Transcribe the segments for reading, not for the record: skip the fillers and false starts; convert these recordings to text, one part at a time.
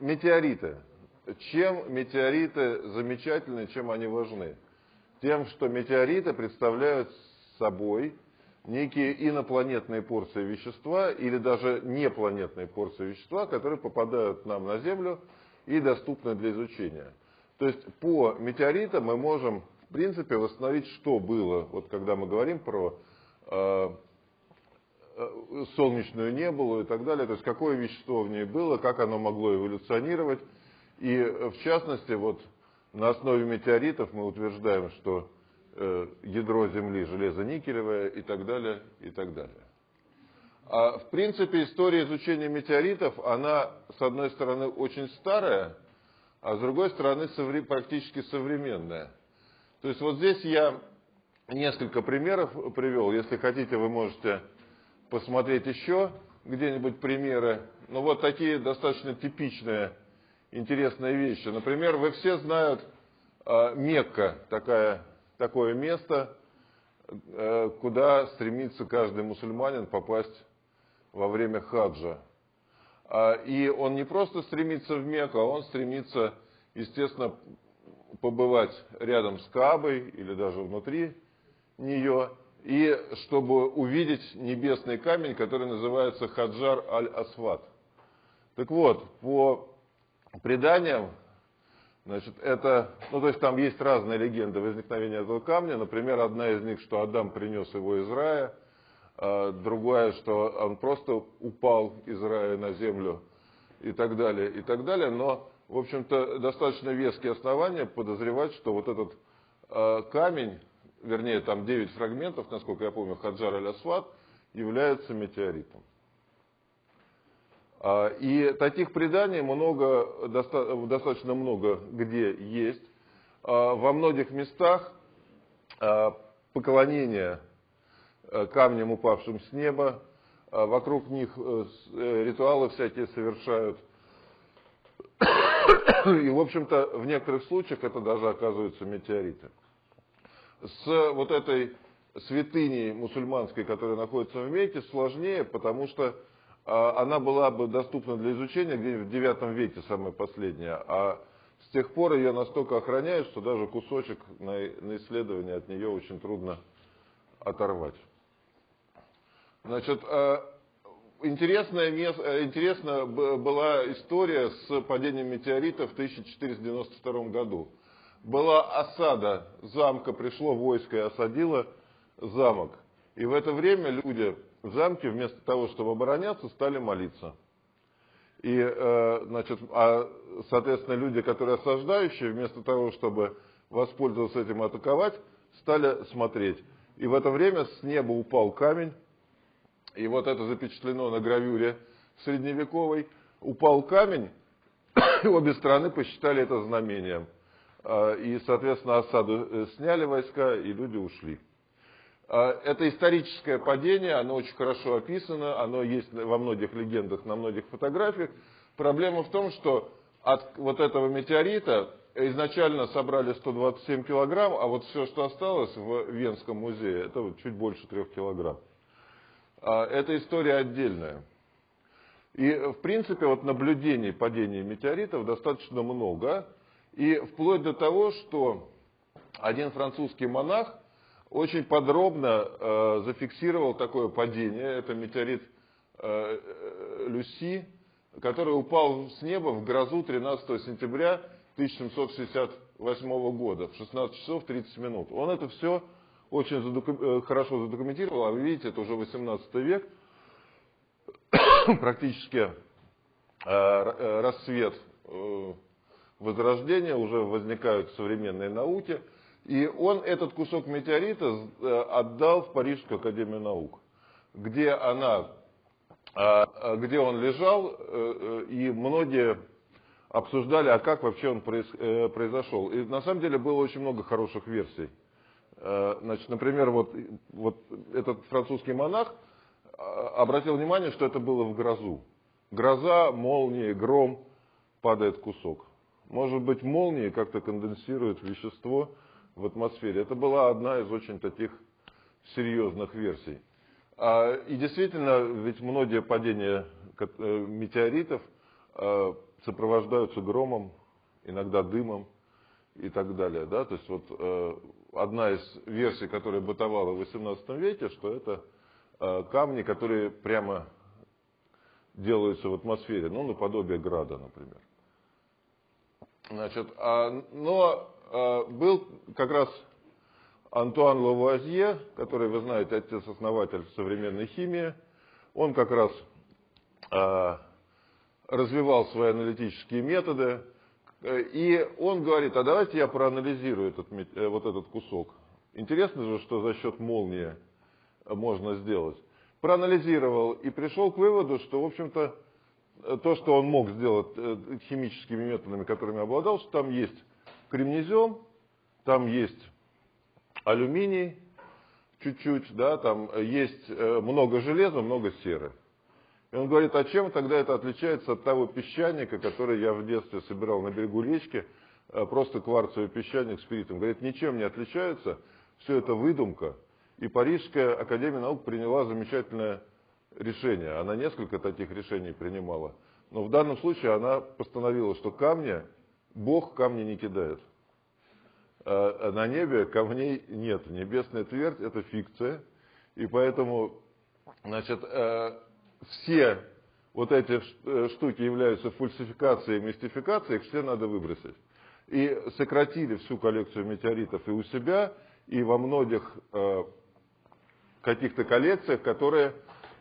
Метеориты. Чем метеориты замечательны, чем они важны? Тем, что метеориты представляют собой некие инопланетные порции вещества или даже непланетные порции вещества, которые попадают нам на Землю и доступны для изучения. То есть по метеоритам мы можем, в принципе, восстановить, что было, вот когда мы говорим про солнечную небулу и так далее, то есть какое вещество в ней было, как оно могло эволюционировать. И в частности, вот на основе метеоритов мы утверждаем, что ядро Земли железо-никелевое и так далее, и так далее. А в принципе история изучения метеоритов, она с одной стороны очень старая, а с другой стороны практически современная. То есть вот здесь я несколько примеров привел. Если хотите, вы можете посмотреть еще где-нибудь примеры. Но вот такие достаточно типичные, интересные вещи. Например, вы все знают Мекка, такое место, куда стремится каждый мусульманин попасть во время хаджа. И он не просто стремится в Мекку, а он стремится, естественно, побывать рядом с Каабой или даже внутри нее, и чтобы увидеть небесный камень, который называется Хаджар аль-Асвад. Так вот, по преданиям, значит, то есть там есть разные легенды возникновения этого камня. Например, одна из них, что Адам принес его из рая, другая, что он просто упал из рая на землю и так далее, и так далее. Но, в общем-то, достаточно веские основания подозревать, что вот этот камень, вернее, там 9 фрагментов, насколько я помню, Хаджар аль-Асвад, является метеоритом. И таких преданий достаточно много где есть. Во многих местах поклонение камням, упавшим с неба, вокруг них ритуалы всякие совершают. И, в общем-то, в некоторых случаях это даже оказываются метеориты. С вот этой святыней мусульманской, которая находится в Мекке, сложнее, потому что она была бы доступна для изучения где-нибудь в 9 веке, самая последняя. А с тех пор ее настолько охраняют, что даже кусочек на исследование от нее очень трудно оторвать. Значит, интересна была история с падением метеорита в 1492 году. Была осада замка, пришло войско и осадило замок. И в это время люди в замке, вместо того, чтобы обороняться, стали молиться. И, соответственно, люди, которые осаждающие, вместо того, чтобы воспользоваться этим и атаковать, стали смотреть. И в это время с неба упал камень, и вот это запечатлено на гравюре средневековой. Упал камень, и обе стороны посчитали это знамением. И, соответственно, осаду сняли войска, и люди ушли. Это историческое падение, оно очень хорошо описано, оно есть во многих легендах, на многих фотографиях. Проблема в том, что от вот этого метеорита изначально собрали 127 килограмм, а вот все, что осталось в Венском музее, это вот чуть больше 3 килограмм. Это история отдельная. И, в принципе, вот наблюдений падения метеоритов достаточно много. И вплоть до того, что один французский монах очень подробно зафиксировал такое падение. Это метеорит Люси, который упал с неба в грозу 13 сентября 1768 года в 16 часов 30 минут. Он это все очень хорошо задокументировал. А вы видите, это уже 18 век, практически расцвет Возрождения, уже возникают современные науки. И он этот кусок метеорита отдал в Парижскую академию наук, где он лежал, и многие обсуждали, а как вообще он произошел. И на самом деле было очень много хороших версий. Значит, например, вот этот французский монах обратил внимание, что это было в грозу. Гроза, молнии, гром, падает кусок. Может быть, молнии как-то конденсируют вещество в атмосфере. Это была одна из очень таких серьезных версий. И действительно, ведь многие падения метеоритов сопровождаются громом, иногда дымом и так далее. Да? То есть вот одна из версий, которая бытовала в XVIII веке, что это камни, которые прямо делаются в атмосфере, ну, наподобие града, например. Значит, но был как раз Антуан Лавуазье, который, вы знаете, отец-основатель современной химии, он как раз развивал свои аналитические методы, и он говорит, а давайте я проанализирую вот этот кусок. Интересно же, что за счет молнии можно сделать. Проанализировал и пришел к выводу, что, в общем-то, то, что он мог сделать химическими методами, которыми обладал, что там есть кремнезем, там есть алюминий чуть-чуть, да, там есть много железа, много серы. И он говорит, а чем тогда это отличается от того песчаника, который я в детстве собирал на берегу речки, просто кварцевый песчаник с перитом. Говорит, ничем не отличается, все это выдумка. И Парижская академия наук приняла замечательное решение. Она несколько таких решений принимала. Но в данном случае она постановила, что камни, Бог камни не кидает. На небе камней нет. Небесная твердь – это фикция. И поэтому, значит, все вот эти штуки являются фальсификацией, мистификацией, их все надо выбросить. И сократили всю коллекцию метеоритов и у себя, и во многих каких-то коллекциях, которые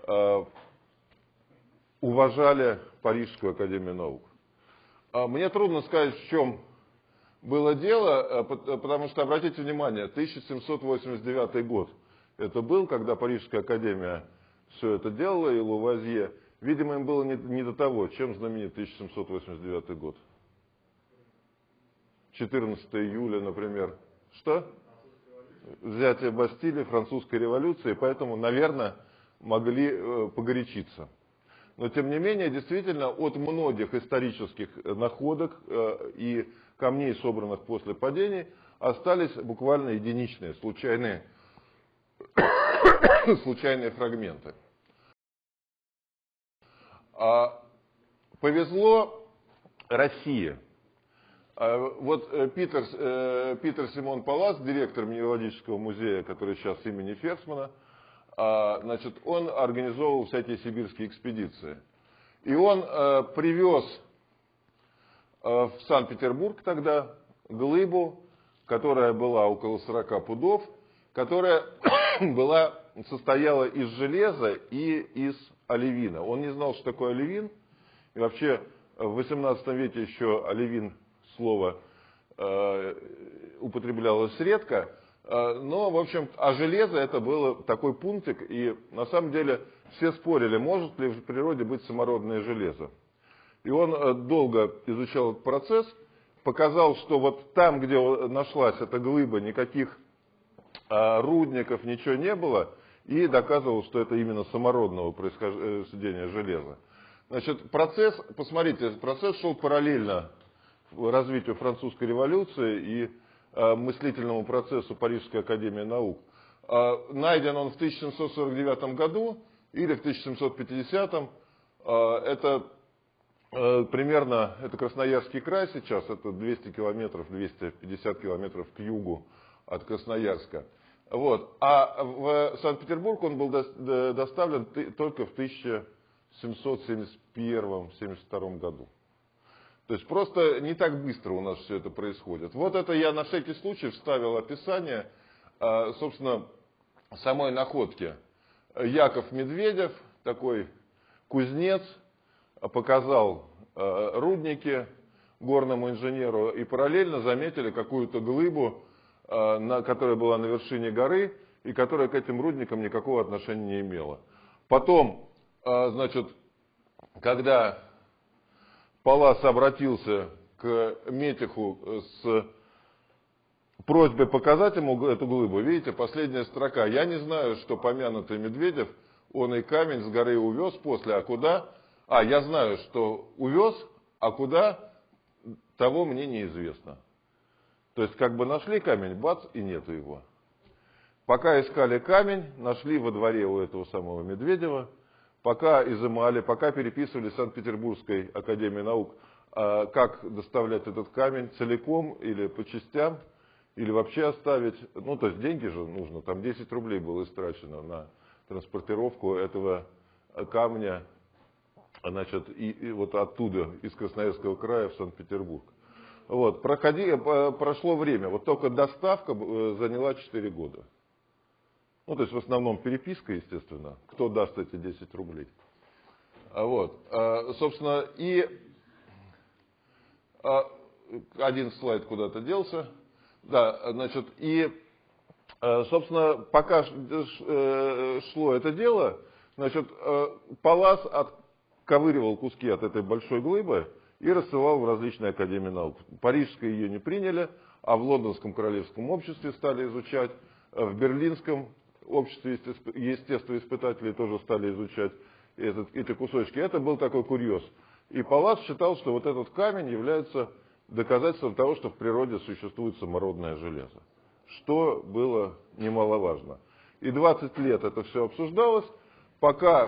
уважали Парижскую академию наук. Мне трудно сказать, в чем было дело, потому что, обратите внимание, 1789 год это был, когда Парижская академия все это делала, и Лавуазье. Видимо, им было не до того. Чем знаменит 1789 год? 14 июля, например. Что? Взятие Бастилии, французской революции, поэтому, наверное, могли погорячиться. Но, тем не менее, действительно, от многих исторических находок и камней, собранных после падений, остались буквально единичные, случайные фрагменты. Повезло России. Вот Питер Симон Паллас, директор Минералогического музея, который сейчас имени Ферсмана, значит, он организовывал всякие сибирские экспедиции. И он привез в Санкт-Петербург тогда глыбу, которая была около 40 пудов, которая состояла из железа и из оливина. Он не знал, что такое оливин. И вообще в XVIII веке еще оливин слово употреблялось редко. Но, в общем, а железо это был такой пунктик. И на самом деле все спорили, может ли в природе быть самородное железо. И он долго изучал этот процесс, показал, что вот там, где нашлась эта глыба, никаких рудников, ничего не было, и доказывал, что это именно самородного происхождения железа. Значит, процесс, посмотрите, процесс шел параллельно развитию французской революции и мыслительному процессу Парижской академии наук. Найден он в 1749 году или в 1750. Это примерно, это Красноярский край сейчас, это 200 километров, 250 километров к югу от Красноярска. Вот. А в Санкт-Петербург он был доставлен только в 1771-72 году. То есть просто не так быстро у нас все это происходит. Вот это я на всякий случай вставил описание, собственно, самой находки. Яков Медведев, такой кузнец, показал рудники горному инженеру и параллельно заметили какую-то глыбу, которая была на вершине горы и которая к этим рудникам никакого отношения не имела. Потом, значит, когда Паллас обратился к Метиху с просьбой показать ему эту глыбу, видите, последняя строка. Я не знаю, что помянутый Медведев, он и камень с горы увез после, а куда? Я знаю, что увез, а куда, того мне неизвестно. То есть, как бы нашли камень, бац, и нету его. Пока искали камень, нашли во дворе у этого самого Медведева, пока изымали, пока переписывали Санкт-Петербургской академии наук как доставлять этот камень целиком или по частям, или вообще оставить. Ну, то есть деньги же нужно, там 10 рублей было истрачено на транспортировку этого камня, значит, и вот оттуда, из Красноярского края в Санкт-Петербург. Вот, прошло время, вот только доставка заняла 4 года. Ну, то есть в основном переписка, естественно, кто даст эти 10 рублей. Вот, собственно, и один слайд куда-то делся. Да, значит, и, собственно, пока шло это дело, значит, Паллас отковыривал куски от этой большой глыбы и рассылал в различные академии наук. Парижской ее не приняли, а в Лондонском королевском обществе стали изучать, в Берлинском обществе естествоиспытателей тоже стали изучать эти кусочки. Это был такой курьез. И Паллас считал, что вот этот камень является доказательством того, что в природе существует самородное железо, что было немаловажно. И 20 лет это все обсуждалось, пока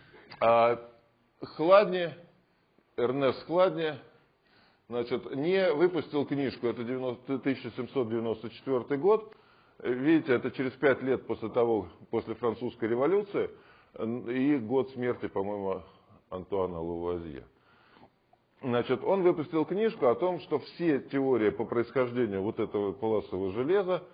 Эрнест Хладни, значит, не выпустил книжку, это 1794 год. Видите, это через 5 лет после французской революции и год смерти, по-моему, Антуана Лавуазье. Значит, он выпустил книжку о том, что все теории по происхождению вот этого палласового железа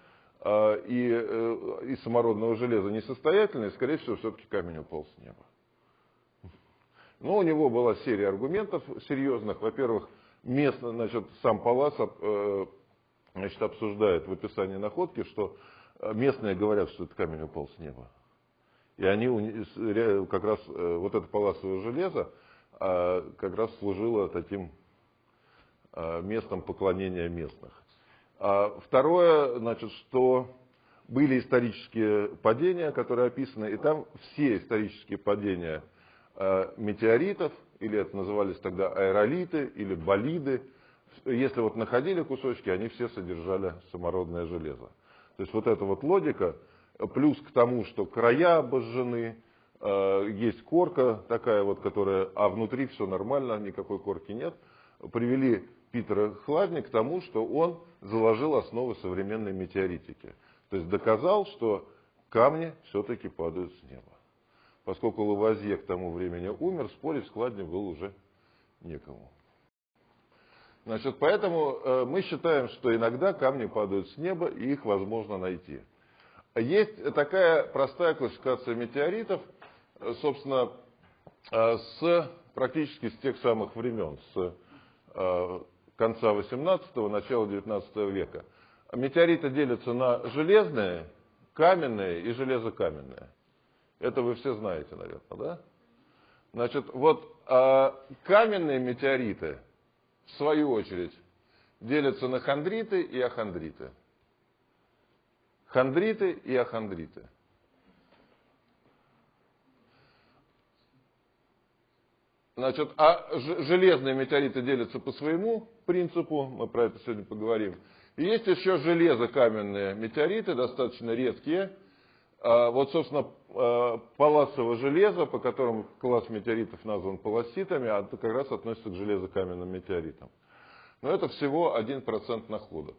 и самородного железа несостоятельны, и, скорее всего, все-таки камень упал с неба. Но у него была серия аргументов серьезных. Во-первых, значит, сам Паллас значит, обсуждает в описании находки, что местные говорят, что этот камень упал с неба. И они как раз, вот это палласовое железо, как раз служило таким местом поклонения местных. Второе, значит, что были исторические падения, которые описаны, и там все исторические падения метеоритов, или это назывались тогда аэролиты, или болиды, если вот находили кусочки, они все содержали самородное железо. То есть вот эта вот логика, плюс к тому, что края обожжены, есть корка такая вот, которая, а внутри все нормально, никакой корки нет, привели Питера Хладни к тому, что он заложил основы современной метеоритики. То есть доказал, что камни все-таки падают с неба. Поскольку Лавуазье к тому времени умер, спорить с Хладни было уже некому. Значит, поэтому мы считаем, что иногда камни падают с неба, и их возможно найти. Есть такая простая классификация метеоритов, собственно, практически с тех самых времен, с конца 18-го, начала 19 века. Метеориты делятся на железные, каменные и железокаменные. Это вы все знаете, наверное, да? Значит, вот каменные метеориты, в свою очередь, делятся на хондриты и ахондриты. Хондриты и ахондриты. Значит, железные метеориты делятся по своему принципу, мы про это сегодня поговорим. И есть еще железокаменные метеориты, достаточно редкие. Вот, собственно, палласово железо, по которому класс метеоритов назван палласитами, это как раз относится к железокаменным метеоритам. Но это всего 1% находок.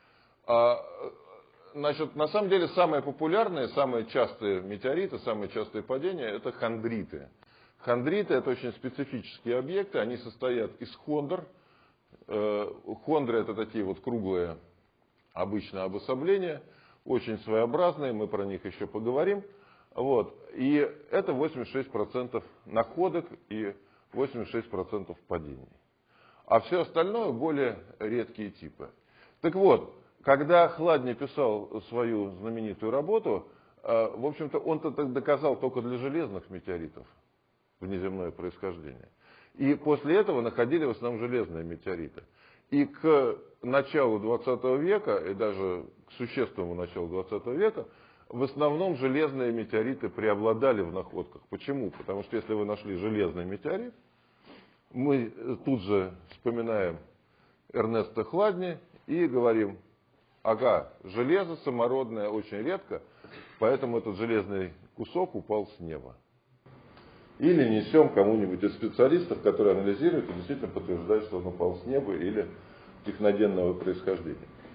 Значит, на самом деле самые популярные, самые частые метеориты, самые частые падения – это хондриты. Хондриты – это очень специфические объекты, они состоят из хондр. Хондры – это такие вот круглые обычные обособления, очень своеобразные, мы про них еще поговорим. Вот. И это 86% находок и 86% падений. А все остальное более редкие типы. Так вот, когда Хладни писал свою знаменитую работу, в общем-то, он-то доказал только для железных метеоритов внеземное происхождение. И после этого находили в основном железные метеориты. И к началу 20 века, и даже к существенному началу 20 века, в основном железные метеориты преобладали в находках. Почему? Потому что если вы нашли железный метеорит, мы тут же вспоминаем Эрнеста Хладни и говорим: ага, железо самородное очень редко, поэтому этот железный кусок упал с неба. или несем кому-нибудь из специалистов, которые анализируют и действительно подтверждают, что он упал с неба или техногенного происхождения.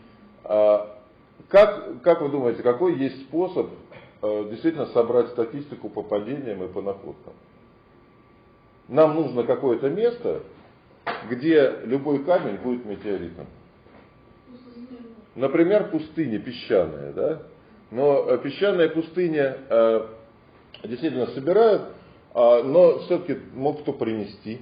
Как вы думаете, какой есть способ действительно собрать статистику по падениям и по находкам? Нам нужно какое-то место, где любой камень будет метеоритом. Например, пустыня песчаная, да? Но песчаная пустыня действительно собирают, но все-таки мог кто принести.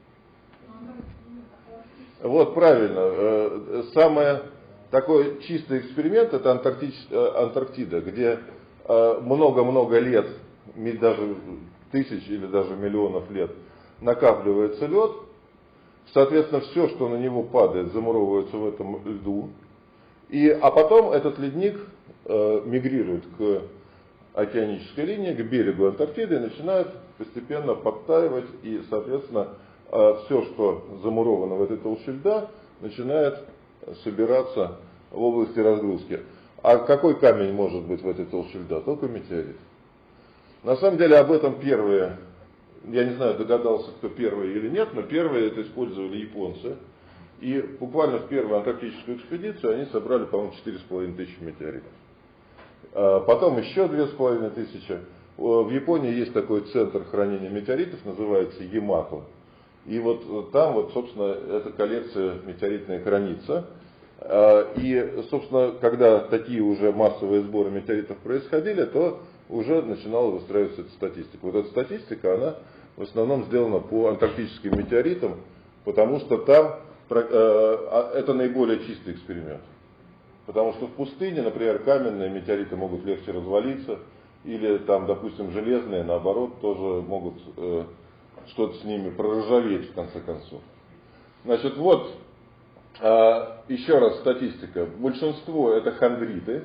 Вот правильно. Самый такой чистый эксперимент — это Антарктида, где много-много лет, даже тысяч или даже миллионов лет накапливается лед. Соответственно, все, что на него падает, замуровывается в этом льду. А потом этот ледник мигрирует к океанической линии, к берегу Антарктиды и начинает постепенно подтаивать. И, соответственно, все, что замуровано в этой толще льда, начинает собираться в области разгрузки. А какой камень может быть в этой толще льда? Только метеорит. На самом деле об этом первые, я не знаю, догадался, кто первый или нет, но первые это использовали японцы. И буквально в первую антарктическую экспедицию они собрали, по-моему, 4500 метеоритов. Потом еще 2500. В Японии есть такой центр хранения метеоритов, называется Ямато. И вот там, вот, собственно, эта коллекция метеоритная хранится. И, собственно, когда такие уже массовые сборы метеоритов происходили, то уже начинала выстраиваться эта статистика. Вот эта статистика, она в основном сделана по антарктическим метеоритам, потому что там это наиболее чистый эксперимент. Потому что в пустыне, например, каменные метеориты могут легче развалиться, или там, допустим, железные, наоборот, тоже могут что-то с ними проржаветь в конце концов. Значит, вот еще раз статистика. Большинство это хондриты.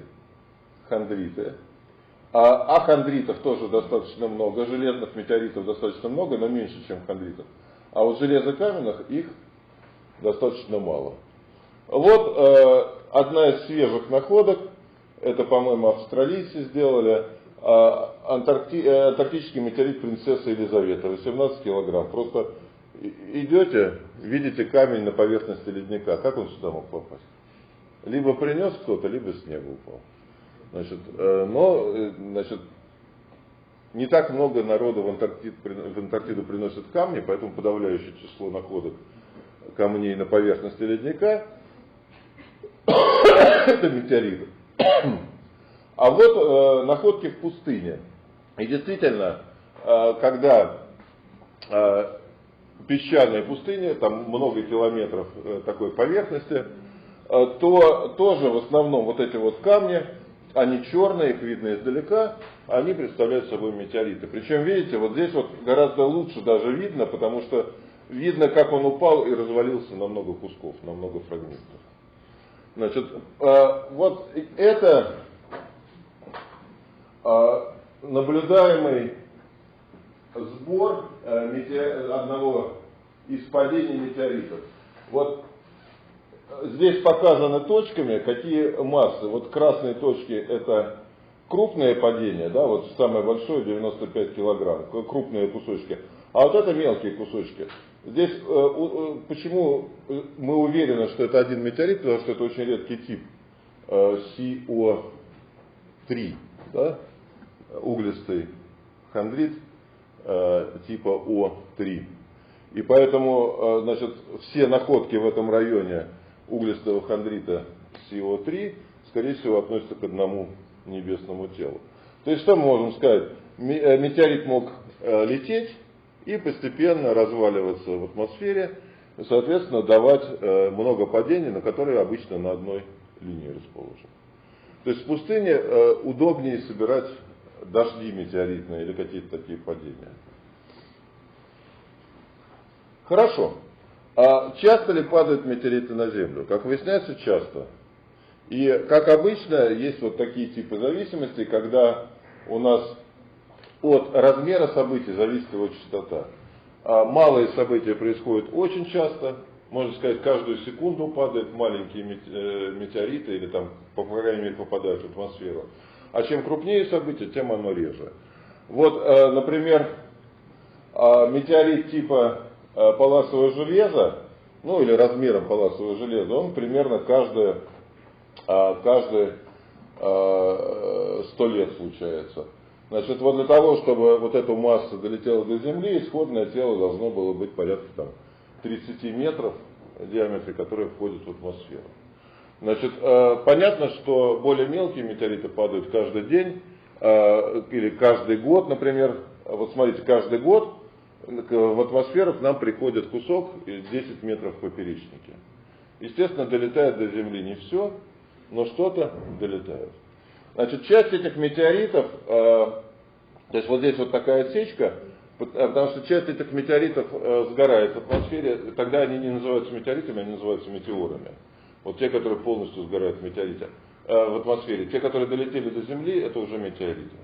А хондритов тоже достаточно много, железных метеоритов достаточно много, но меньше, чем хондритов. А вот железокаменных их достаточно мало. Вот одна из свежих находок, это, по-моему, австралийцы сделали, антарктический метеорит принцессы Елизаветы, 18 килограмм. Просто идете, видите камень на поверхности ледника, как он сюда мог попасть? Либо принес кто-то, либо с неба упал. Значит, не так много народу в Антарктиду приносят камни, поэтому подавляющее число находок камней на поверхности ледника это метеориты. А вот находки в пустыне. И действительно, когда песчаная пустыня, там много километров такой поверхности, то тоже в основном вот эти вот камни, они черные, их видно издалека, они представляют собой метеориты. Причем, видите, вот здесь вот гораздо лучше даже видно, потому что видно, как он упал и развалился на много кусков, на много фрагментов. Значит, вот это наблюдаемый сбор одного из падений метеоритов. Вот здесь показаны точками, какие массы. Вот красные точки это крупные падения, да, вот самое большое 95 килограмм, крупные кусочки. А вот это мелкие кусочки. Здесь почему мы уверены, что это один метеорит, потому что это очень редкий тип CO3, да, углистый хондрит типа О3. И поэтому, значит, все находки в этом районе углистого хондрита CO3, скорее всего, относятся к одному небесному телу. То есть, что мы можем сказать? Метеорит мог лететь и постепенно разваливаться в атмосфере, и, соответственно, давать много падений, на которые обычно на одной линии расположены. То есть в пустыне удобнее собирать дожди метеоритные или какие-то такие падения. Хорошо. А часто ли падают метеориты на Землю? Как выясняется, часто. И, как обычно, есть вот такие типы зависимости, когда у нас от размера событий зависит его частота. Малые события происходят очень часто, можно сказать, каждую секунду падают маленькие метеориты или там, по крайней мере, попадают в атмосферу. А чем крупнее события, тем оно реже. Вот, например, А метеорит типа палласовое железо, ну или размером палласовое железо, он примерно каждые 100 лет случается. Значит, вот для того, чтобы вот эта масса долетела до Земли, исходное тело должно было быть порядка там 30 метров в диаметре, которое входит в атмосферу. Значит, понятно, что более мелкие метеориты падают каждый день или каждый год, например. Вот смотрите, каждый год в атмосферу к нам приходит кусок 10 метров в поперечнике. Естественно, долетает до Земли не все, но что-то долетает. Значит, часть этих метеоритов, то есть вот здесь вот такая отсечка, потому что часть этих метеоритов сгорает в атмосфере, тогда они не называются метеоритами, они называются метеорами. Вот те, которые полностью сгорают в метеорите, в атмосфере. Те, которые долетели до Земли, это уже метеориты.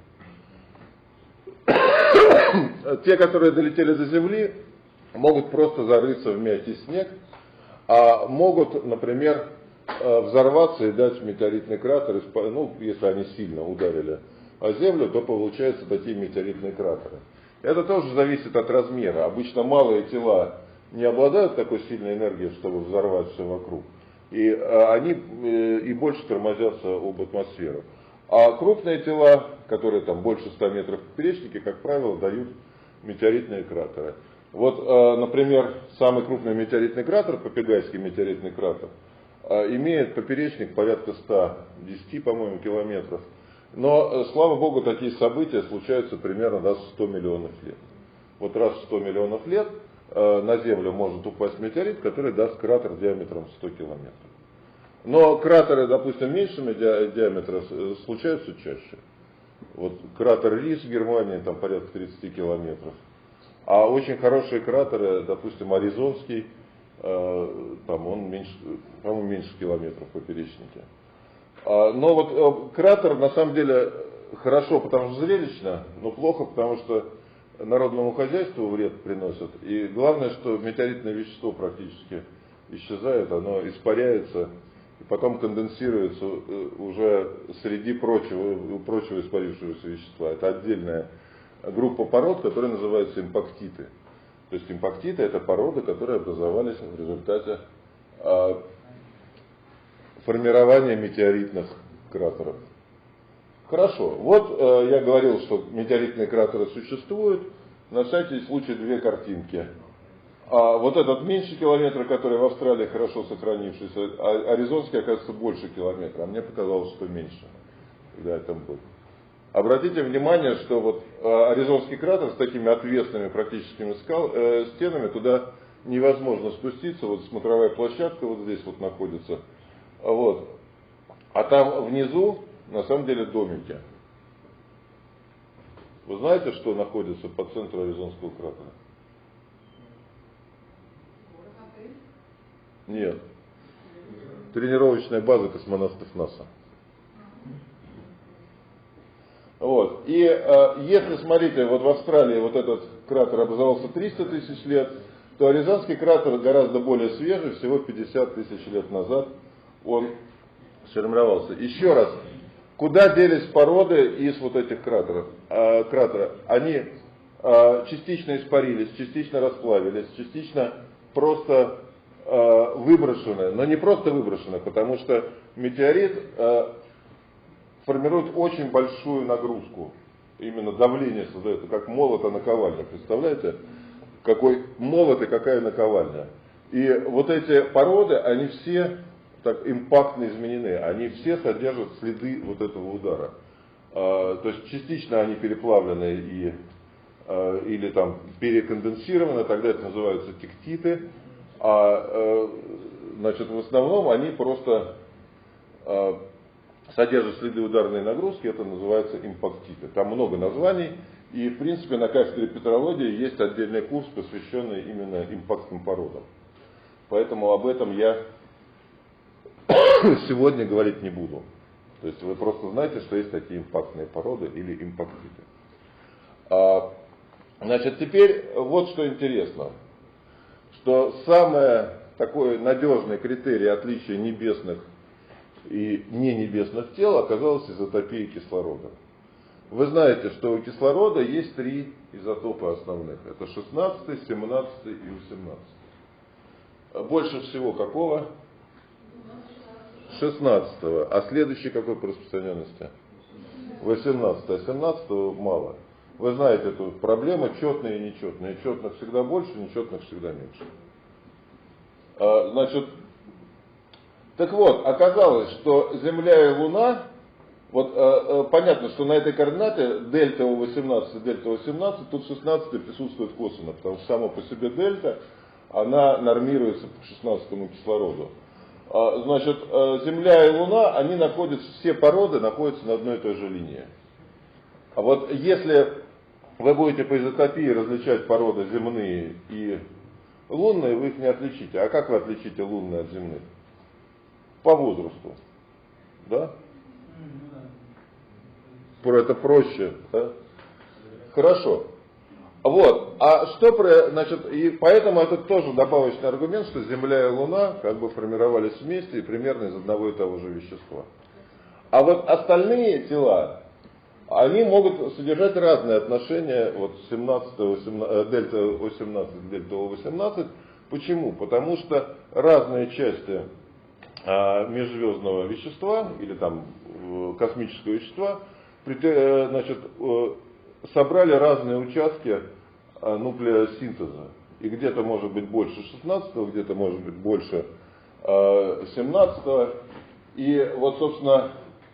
Те, которые долетели до Земли, могут просто зарыться в мягкий снег, а могут, например, взорваться и дать метеоритный кратер, ну, если они сильно ударили о Землю, то получаются такие метеоритные кратеры. Это тоже зависит от размера. Обычно малые тела не обладают такой сильной энергией, чтобы взорвать все вокруг. И они и больше тормозятся об атмосферу. А крупные тела, которые там больше 100 метров в поперечнике, как правило, дают метеоритные кратеры. Вот, например, самый крупный метеоритный кратер, Попегайский метеоритный кратер, имеет поперечник порядка 110, по-моему, километров. Но, слава богу, такие события случаются примерно раз в 100 миллионов лет. Вот раз в 100 миллионов лет на Землю может упасть метеорит, который даст кратер диаметром 100 километров. Но кратеры, допустим, меньшими диаметра случаются чаще. Вот кратер Рис в Германии, там порядка 30 километров. А очень хорошие кратеры, допустим, Аризонский, там он меньше, по-моему, меньше километров в поперечнике. Но вот кратер на самом деле хорошо, потому что зрелищно, но плохо, потому что народному хозяйству вред приносит. И главное, что метеоритное вещество практически исчезает, оно испаряется и потом конденсируется уже среди прочего испарившегося вещества. Это отдельная группа пород, которая называется импактиты. То есть импактиты — это породы, которые образовались в результате формирования метеоритных кратеров. Хорошо, вот я говорил, что метеоритные кратеры существуют. На всякий случай две картинки. Вот этот меньше километра, который в Австралии хорошо сохранившийся, а аризонский, оказывается, больше километра. А мне показалось, что меньше, когда я там был. Обратите внимание, что вот аризонский кратер с такими отвесными практическими стенами, туда невозможно спуститься. Вот смотровая площадка вот здесь вот находится. Вот. А там внизу на самом деле домики. Вы знаете, что находится по центру аризонского кратера? Нет. Тренировочная база космонавтов НАСА. Вот. И если, смотрите, вот в Австралии вот этот кратер образовался 300 тысяч лет, то аризонский кратер гораздо более свежий, всего 50 тысяч лет назад он сформировался. Еще раз, куда делись породы из вот этих кратеров? Они частично испарились, частично расплавились, частично просто выброшены, но не просто выброшены, потому что метеорит формирует очень большую нагрузку. Именно давление создает, как молот о наковальне. Представляете, какой молот и какая наковальня. И вот эти породы, они все так импактно изменены, они все содержат следы вот этого удара. То есть частично они переплавлены или там переконденсированы, тогда это называются тектиты. Значит, в основном они просто содержат следы ударной нагрузки, это называется импактиты. Там много названий, и в принципе на кафедре петрологии есть отдельный курс, посвященный именно импактным породам. Поэтому об этом я сегодня говорить не буду. То есть вы просто знаете, что есть такие импактные породы или импактиты. Значит, теперь вот что интересно, что самый такой надежный критерий отличия небесных и ненебесных тел оказалась изотопия кислорода. Вы знаете, что у кислорода есть 3 изотопа основных. Это 16, 17 и 18. Больше всего какого? 16. А следующий какой по распространенности? 18. А 17 мало. Вы знаете эту проблему, четные и нечетные. Четных всегда больше, нечетных всегда меньше. Значит, так вот, оказалось, что Земля и Луна, вот понятно, что на этой координате дельта У18 и дельта У17, тут 16 присутствует косвенно, потому что само по себе дельта, она нормируется по 16 кислороду. Значит, Земля и Луна, они находятся, все породы находятся на одной и той же линии. А вот если вы будете по изотопии различать породы земные и лунные, вы их не отличите. А как вы отличите лунные от земных? По возрасту. Да? Это проще. Да? Хорошо. Вот. А что значит, и поэтому это тоже добавочный аргумент, что Земля и Луна как бы формировались вместе и примерно из одного и того же вещества. А вот остальные тела, они могут содержать разные отношения, вот 17, 18, дельта О17, дельта О18. Почему? Потому что разные части межзвездного вещества или там космического вещества, значит, собрали разные участки нуклеосинтеза. И где-то может быть больше 16, где-то может быть больше 17. И вот, собственно,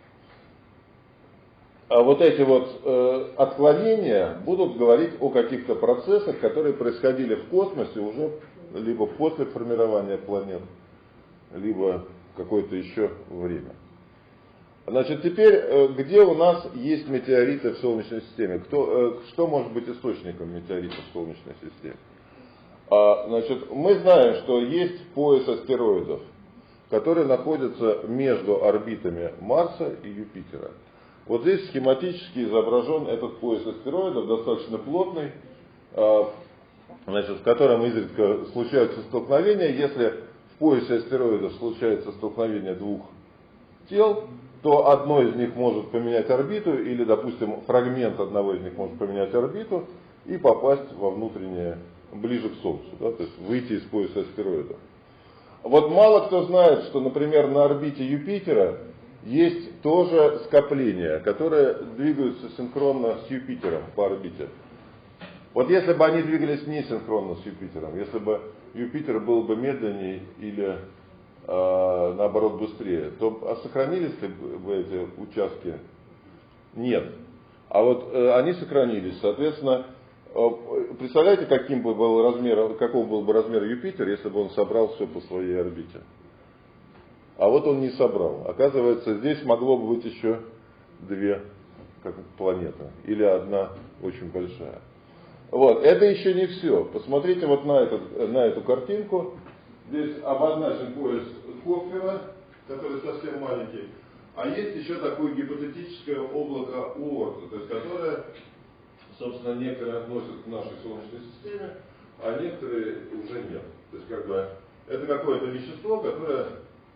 вот эти вот отклонения будут говорить о каких-то процессах, которые происходили в космосе уже либо после формирования планет, либо какое-то еще время. Значит, теперь, где у нас есть метеориты в Солнечной системе? Что может быть источником метеоритов в Солнечной системе? Значит, мы знаем, что есть пояс астероидов, который находится между орбитами Марса и Юпитера. Вот здесь схематически изображен этот пояс астероидов, достаточно плотный, значит, в котором изредка случаются столкновения. Если в поясе астероидов случается столкновение двух тел, то одно из них может поменять орбиту, или, допустим, фрагмент одного из них может поменять орбиту и попасть во внутреннее, ближе к Солнцу, да, то есть выйти из пояса астероидов. Вот мало кто знает, что, например, на орбите Юпитера есть тоже скопления, которые двигаются синхронно с Юпитером по орбите. Вот если бы они двигались не синхронно с Юпитером, если бы Юпитер был бы медленнее или наоборот быстрее, то сохранились ли бы эти участки? Нет. А вот они сохранились. Соответственно, представляете, какого был бы размер Юпитер, если бы он собрал все по своей орбите? А вот он не собрал. Оказывается, здесь могло бы быть еще 2 планеты. Или одна очень большая. Вот, это еще не все. Посмотрите вот на эту картинку. Здесь обозначен пояс Хопфера, который совсем маленький. А есть еще такое гипотетическое облако Оорта, то есть которое, собственно, некоторые относят к нашей Солнечной системе, а некоторые уже нет. То есть как бы это какое-то вещество, которое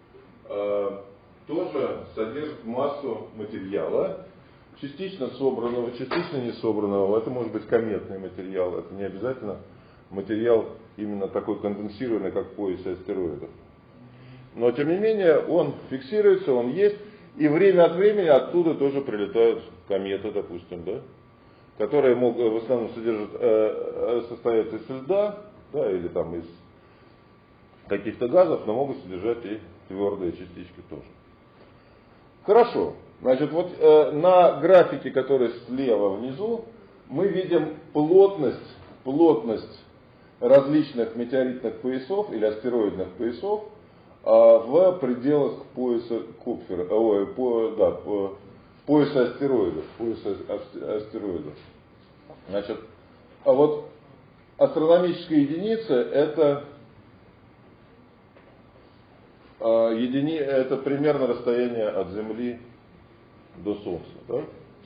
тоже содержит массу материала, частично собранного, частично не собранного. Это может быть кометный материал, это не обязательно материал именно такой конденсированный, как в поясе астероидов. Но тем не менее он фиксируется, он есть, и время от времени оттуда тоже прилетают кометы, допустим, да, которые в основном состоят из льда, да, или там из каких-то газов, но могут содержать и твердые частички тоже. Хорошо. Значит, вот на графике, который слева внизу, мы видим плотность различных метеоритных поясов или астероидных поясов в пределах пояса Купфера, пояса астероидов. Значит, а вот астрономическая единица это примерно расстояние от Земли до Солнца. Да?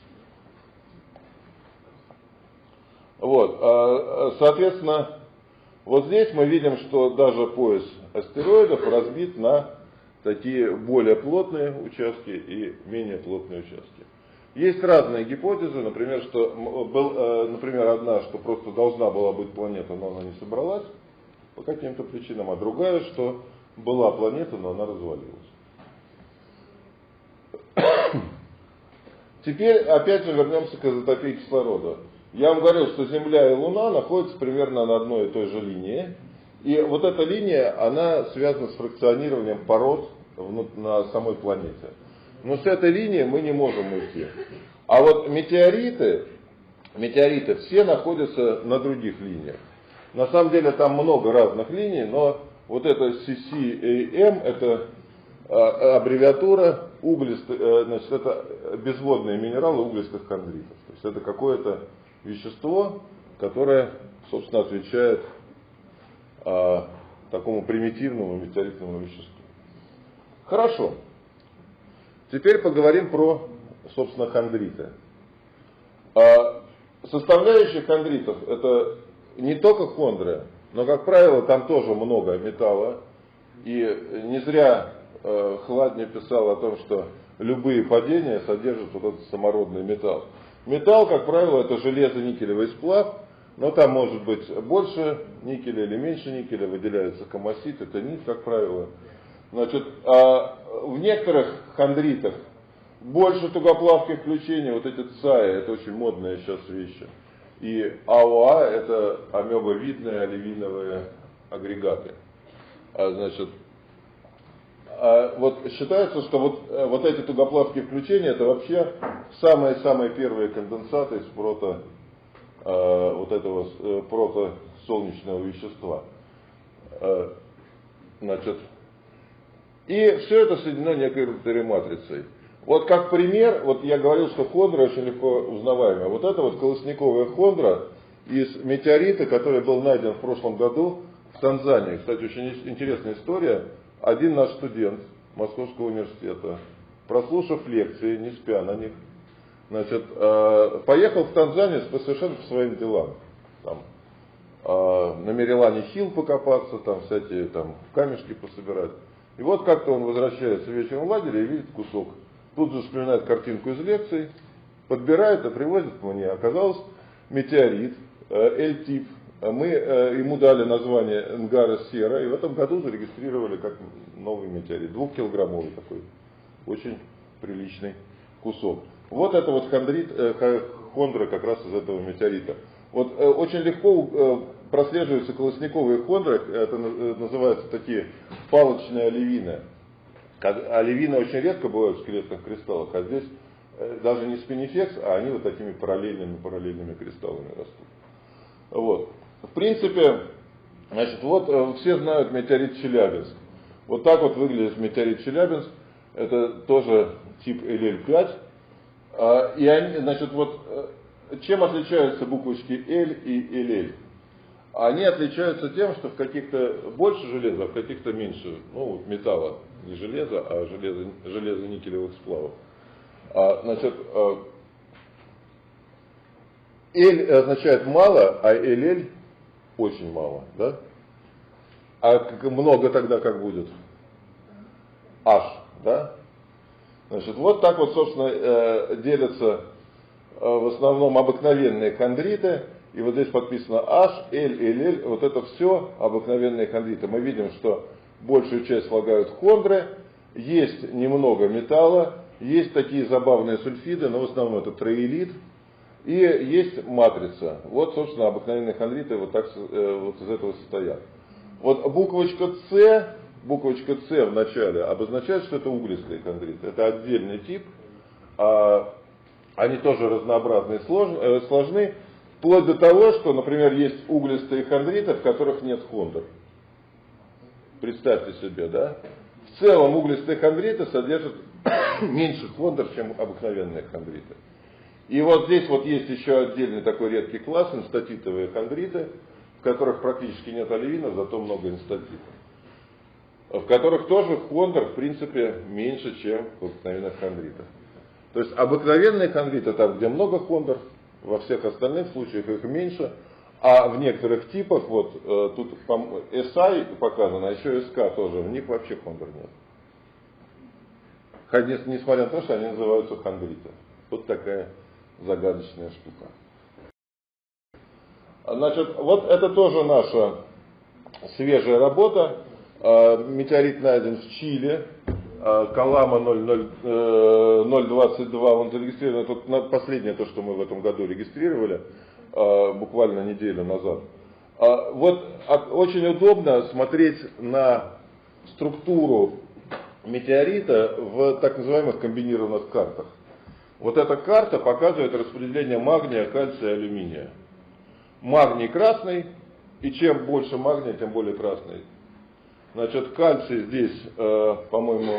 Вот, соответственно, вот здесь мы видим, что даже пояс астероидов разбит на такие более плотные участки и менее плотные участки. Есть разные гипотезы, например, например, одна, что просто должна была быть планета, но она не собралась по каким-то причинам, а другая, что была планета, но она развалилась. Теперь опять же вернемся к изотопии кислорода. Я вам говорил, что Земля и Луна находятся примерно на одной и той же линии. И вот эта линия, она связана с фракционированием пород на самой планете. Но с этой линии мы не можем уйти. А вот метеориты все находятся на других линиях. На самом деле там много разных линий, но вот это CCM, это аббревиатура значит, это безводные минералы углистых хондритов. То есть это какое-то вещество, которое, собственно, отвечает такому примитивному метеоритному веществу. Хорошо. Теперь поговорим про, собственно, хондриты. Составляющие хондритов это не только хондры, но, как правило, там тоже много металла. И не зря Хладни писал о том, что любые падения содержат вот этот самородный металл. Металл, как правило, это железо-никелевый сплав, но там может быть больше никеля или меньше никеля, выделяется камасит, это нит, как правило. Значит, в некоторых хондритах больше тугоплавких включений, вот эти ЦАИ, это очень модные сейчас вещи. И АОА это амебовидные оливиновые агрегаты. Значит, вот считается, что вот эти тугоплавкие включения это вообще самые-самые первые конденсаты из вот этого протосолнечного вещества. Значит, и все это соединено некой матрицей. Вот как пример, вот я говорил, что хондры очень легко узнаваемые. Вот это вот колосниковая хондра из метеорита, который был найден в прошлом году в Танзании. Кстати, очень интересная история. Один наш студент Московского университета, прослушав лекции, не спя на них, значит, поехал в Танзанию совершенно по своим делам. Там, на Мерилане Хилл покопаться, там всякие там камешки пособирать. И вот как-то он возвращается вечером в лагерь и видит кусок. Тут же вспоминает картинку из лекций, подбирает и привозит к мне. Оказалось метеорит, L-тип. Мы ему дали название Нгара Сера и в этом году зарегистрировали как новый метеорит. 2-килограммовый такой, очень приличный кусок. Вот это вот хондра как раз из этого метеорита. Вот очень легко прослеживаются колосниковые хондры, это называются такие палочные оливины. Оливины очень редко бывают в скелетных кристаллах, а здесь даже не спинифекс, а они вот такими параллельными кристаллами растут. Вот. В принципе, значит, вот все знают метеорит Челябинск. Вот так вот выглядит метеорит Челябинск. Это тоже тип LL5. И они, значит, вот чем отличаются буквочки L и LL? Они отличаются тем, что в каких-то больше железа, а в каких-то меньше, вот металла, не железа, а железо-никелевых сплавов. Значит, L означает мало, а LL очень мало, да? А много тогда как будет? H, да? Значит, вот так вот, собственно, делятся в основном обыкновенные хондриты. И вот здесь подписано H, L, LL, вот это все обыкновенные хондриты. Мы видим, что большую часть слагают хондры, есть немного металла, есть такие забавные сульфиды, но в основном это троилит. И есть матрица. Вот, собственно, обыкновенные хондриты вот так вот из этого состоят. Вот буквочка С в начале обозначает, что это углистые хондриты. Это отдельный тип. Они тоже разнообразны и сложны. Вплоть до того, что, например, есть углистые хондриты, в которых нет хондр. Представьте себе, да? В целом углистые хондриты содержат меньше хондр, чем обыкновенные хондриты. И вот здесь вот есть еще отдельный такой редкий класс, инстатитовые хондриты, в которых практически нет оливинов, зато много инстатитов. В которых тоже хондр, в принципе, меньше, чем в обыкновенных хондритах. То есть обыкновенные хондриты, там, где много хондр, во всех остальных случаях их меньше, а в некоторых типах, вот тут SI показано, а еще SK тоже, в них вообще хондр нет. Несмотря на то, что они называются хондриты. Вот такая загадочная штука. Значит, вот это тоже наша свежая работа. Метеорит найден в Чили. Калама 022, он зарегистрирован. Это последнее то, что мы в этом году регистрировали, буквально неделю назад. Вот очень удобно смотреть на структуру метеорита в так называемых комбинированных картах. Вот эта карта показывает распределение магния, кальция и алюминия. Магний красный, и чем больше магния, тем более красный. Значит, кальций здесь, по-моему,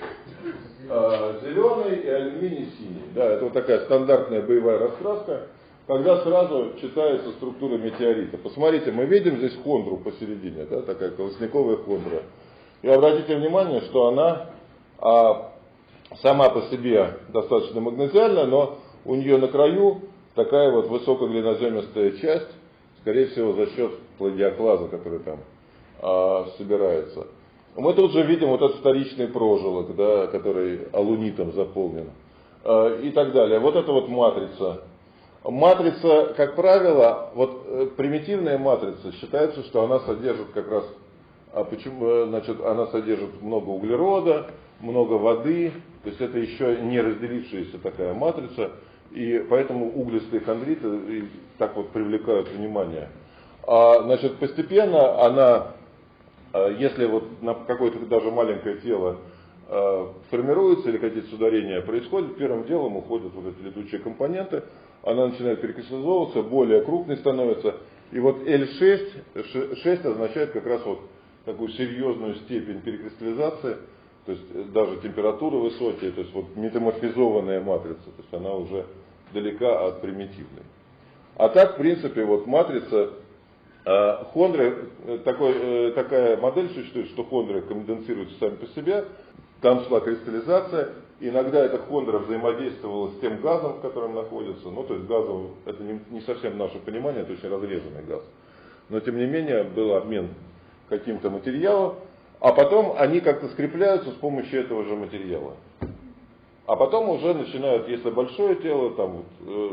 зеленый и алюминий синий. Да, это вот такая стандартная боевая раскраска, когда сразу читается структура метеорита. Посмотрите, мы видим здесь хондру посередине, да, такая колосниковая хондра. И обратите внимание, что она сама по себе достаточно магнезиальная, но у нее на краю такая вот высокоглиноземистая часть, скорее всего за счет плагиоклаза, который там собирается. Мы тут же видим вот этот вторичный прожилок, да, который алунитом заполнен, и так далее. Вот это вот матрица. Матрица, как правило, вот примитивная матрица, считается, что она содержит как раз, почему, значит, она содержит много углерода, много воды, то есть это еще не разделившаяся такая матрица, и поэтому углистые хондриты так вот привлекают внимание. Значит, постепенно она, если вот на какое-то даже маленькое тело формируется или какие-то ударения происходят, первым делом уходят вот эти летучие компоненты, она начинает перекристаллизовываться, более крупной становится. И вот L6, 6 означает как раз вот такую серьезную степень перекристаллизации, то есть даже температура высокая, то есть вот метаморфизованная матрица, то есть она уже далека от примитивной. А так, в принципе, вот матрица хондры, такая модель существует, что хондры конденсируются сами по себе, там шла кристаллизация, иногда эта хондра взаимодействовала с тем газом, в котором находится, ну то есть газом, это не совсем наше понимание, это очень разрезанный газ, но тем не менее был обмен каким-то материалом, а потом они как-то скрепляются с помощью этого же материала. А потом уже начинают, если большое тело, там,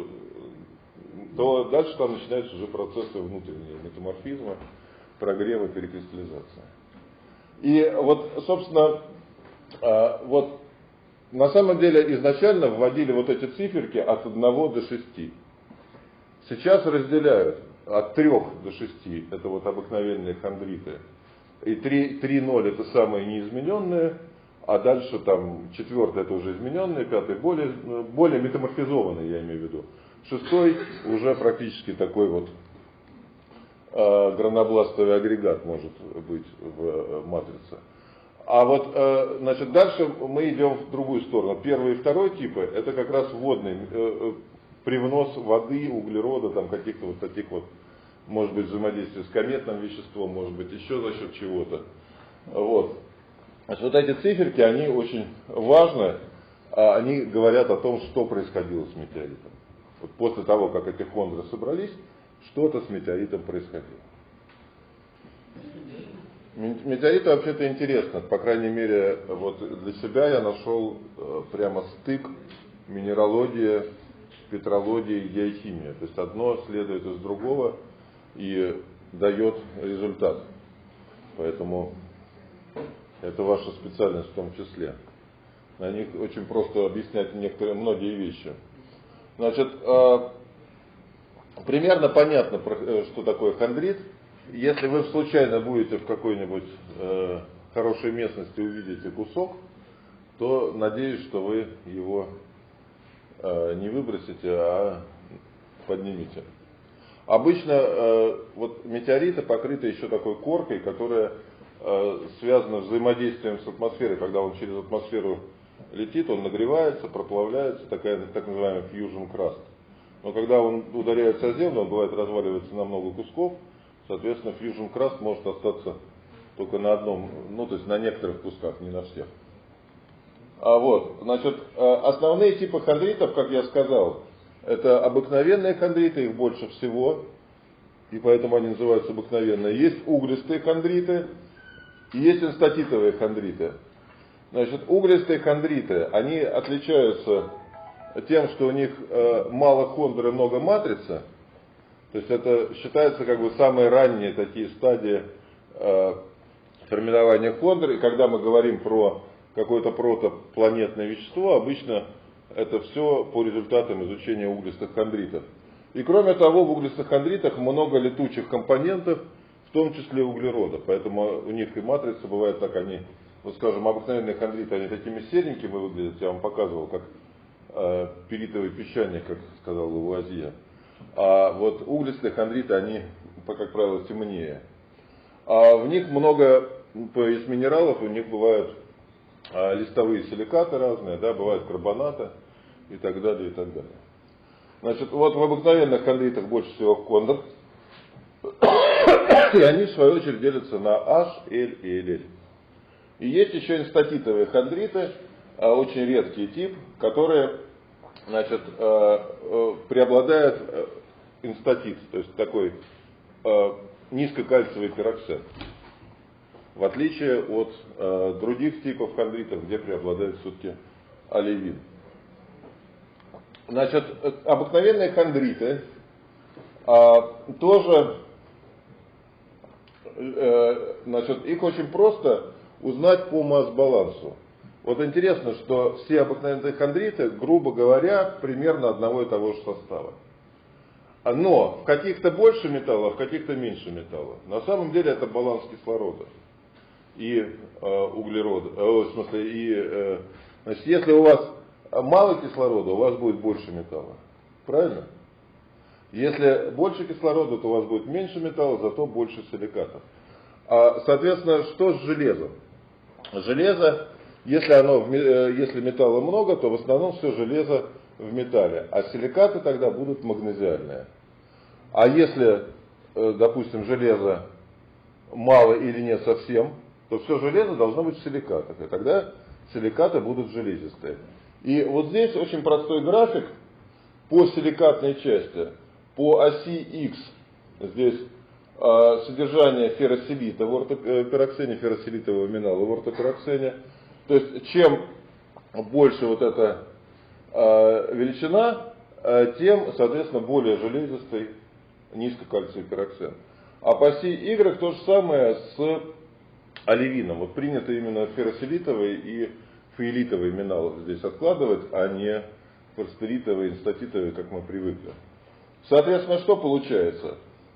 то дальше там начинаются уже процессы внутреннего метаморфизма, прогрева, перекристаллизации. И вот, собственно, вот на самом деле изначально вводили вот эти циферки от 1 до 6. Сейчас разделяют от 3 до 6, это вот обыкновенные хондриты. И 3,0 это самые неизмененные, а дальше там 4 это уже измененные, 5 более метаморфизованные, я имею в виду. 6 уже практически такой вот гранобластовый агрегат может быть в матрице. А вот, значит, дальше мы идем в другую сторону. Первый и второй типы, это как раз водный привнос воды, углерода, там каких-то вот таких вот, может быть, взаимодействие с кометным веществом, может быть, еще за счет чего-то. Вот. Значит, вот эти циферки, они очень важны, они говорят о том, что происходило с метеоритом. Вот после того, как эти хондры собрались, что-то с метеоритом происходило. Метеориты вообще-то интересно, по крайней мере, вот для себя я нашел прямо стык минералогия, петрология и геохимия. То есть одно следует из другого и дает результат. Поэтому это ваша специальность в том числе. На них очень просто объяснять многие вещи. Значит, примерно понятно, что такое хондрит. Если вы случайно будете в какой-нибудь хорошей местности увидите кусок, то надеюсь, что вы его не выбросите, а поднимете. Обычно вот метеориты покрыты еще такой коркой, которая связана с взаимодействием с атмосферой. Когда он через атмосферу летит, он нагревается, проплавляется, такая так называемая fusion crust. Но когда он ударяется о землю, он бывает разваливается на много кусков. Соответственно, fusion crust может остаться только на одном, ну то есть на некоторых кусках, не на всех. Вот, значит, основные типы хондритов, как я сказал, это обыкновенные хондриты, их больше всего, и поэтому они называются обыкновенные. Есть углистые хондриты, и есть инстатитовые хондриты. Значит, углистые хондриты, они отличаются тем, что у них мало хондр и много матрицы. То есть это считается как бы самые ранние такие стадии формирования хондр. И когда мы говорим про какое-то протопланетное вещество, обычно это все по результатам изучения углистых хондритов. И кроме того, в углистых хондритах много летучих компонентов, в том числе углерода. Поэтому у них и матрица бывает так, они, вот скажем, обыкновенные хондриты, они такими серенькими выглядят. Я вам показывал, как пиритовый песчаник, как сказал Лавуазье. А вот углистые хондриты, они, как правило, темнее. А в них много из минералов, у них бывают листовые силикаты разные, да, бывают карбонаты и так далее, и так далее. Значит, вот в обыкновенных хондритах больше всего хондр. И они, в свою очередь, делятся на H, L и LL. И есть еще инстатитовые хондриты, очень редкий тип, которые, значит, преобладает инстатит, то есть такой низкокальциевый пироксид. В отличие от других типов хондритов, где преобладает все-таки оливин. Значит, обыкновенные хондриты тоже, значит, их очень просто узнать по масс-балансу. Вот интересно, что все обыкновенные хондриты, грубо говоря, примерно одного и того же состава. Но в каких-то больше металла, в каких-то меньше металла. На самом деле это баланс кислорода и углерода. В смысле, значит, если у вас мало кислорода, у вас будет больше металла. Правильно? Если больше кислорода, то у вас будет меньше металла, зато больше силикатов. Соответственно, что с железом? Железо, если металла много, то в основном все железо в металле, а силикаты тогда будут магнезиальные. А если, допустим, железа мало или нет совсем, то все железо должно быть в силикатах, и тогда силикаты будут железистые. И вот здесь очень простой график по силикатной части. По оси X здесь содержание ферросилита в ортопироксене, ферросилитового минала в ортопироксене. То есть чем больше вот эта величина, тем, соответственно, более железистый низкокальциевый пироксен. А по оси Y то же самое с оливином. Вот принято именно ферросилитовый и фаэлитовый минал здесь откладывать, а не фосфоритовый, инстатитовый, как мы привыкли. Соответственно, что получается?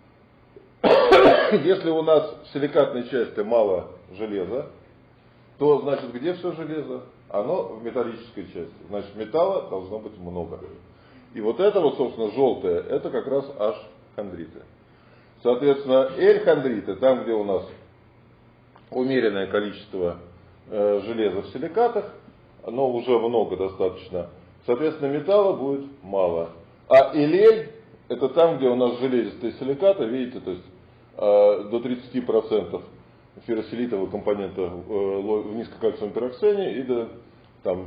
Если у нас в силикатной части мало железа, то значит где все железо? Оно в металлической части. Значит металла должно быть много. И вот это вот, собственно, желтое, это как раз H-хондриты. Соответственно, L-хондриты, там где у нас умеренное количество железа в силикатах, но уже много достаточно, соответственно, металла будет мало. А LL это там, где у нас железистые силикаты, видите, то есть до 30% ферросилитового компонента в низкокальциевом пироксене и до там,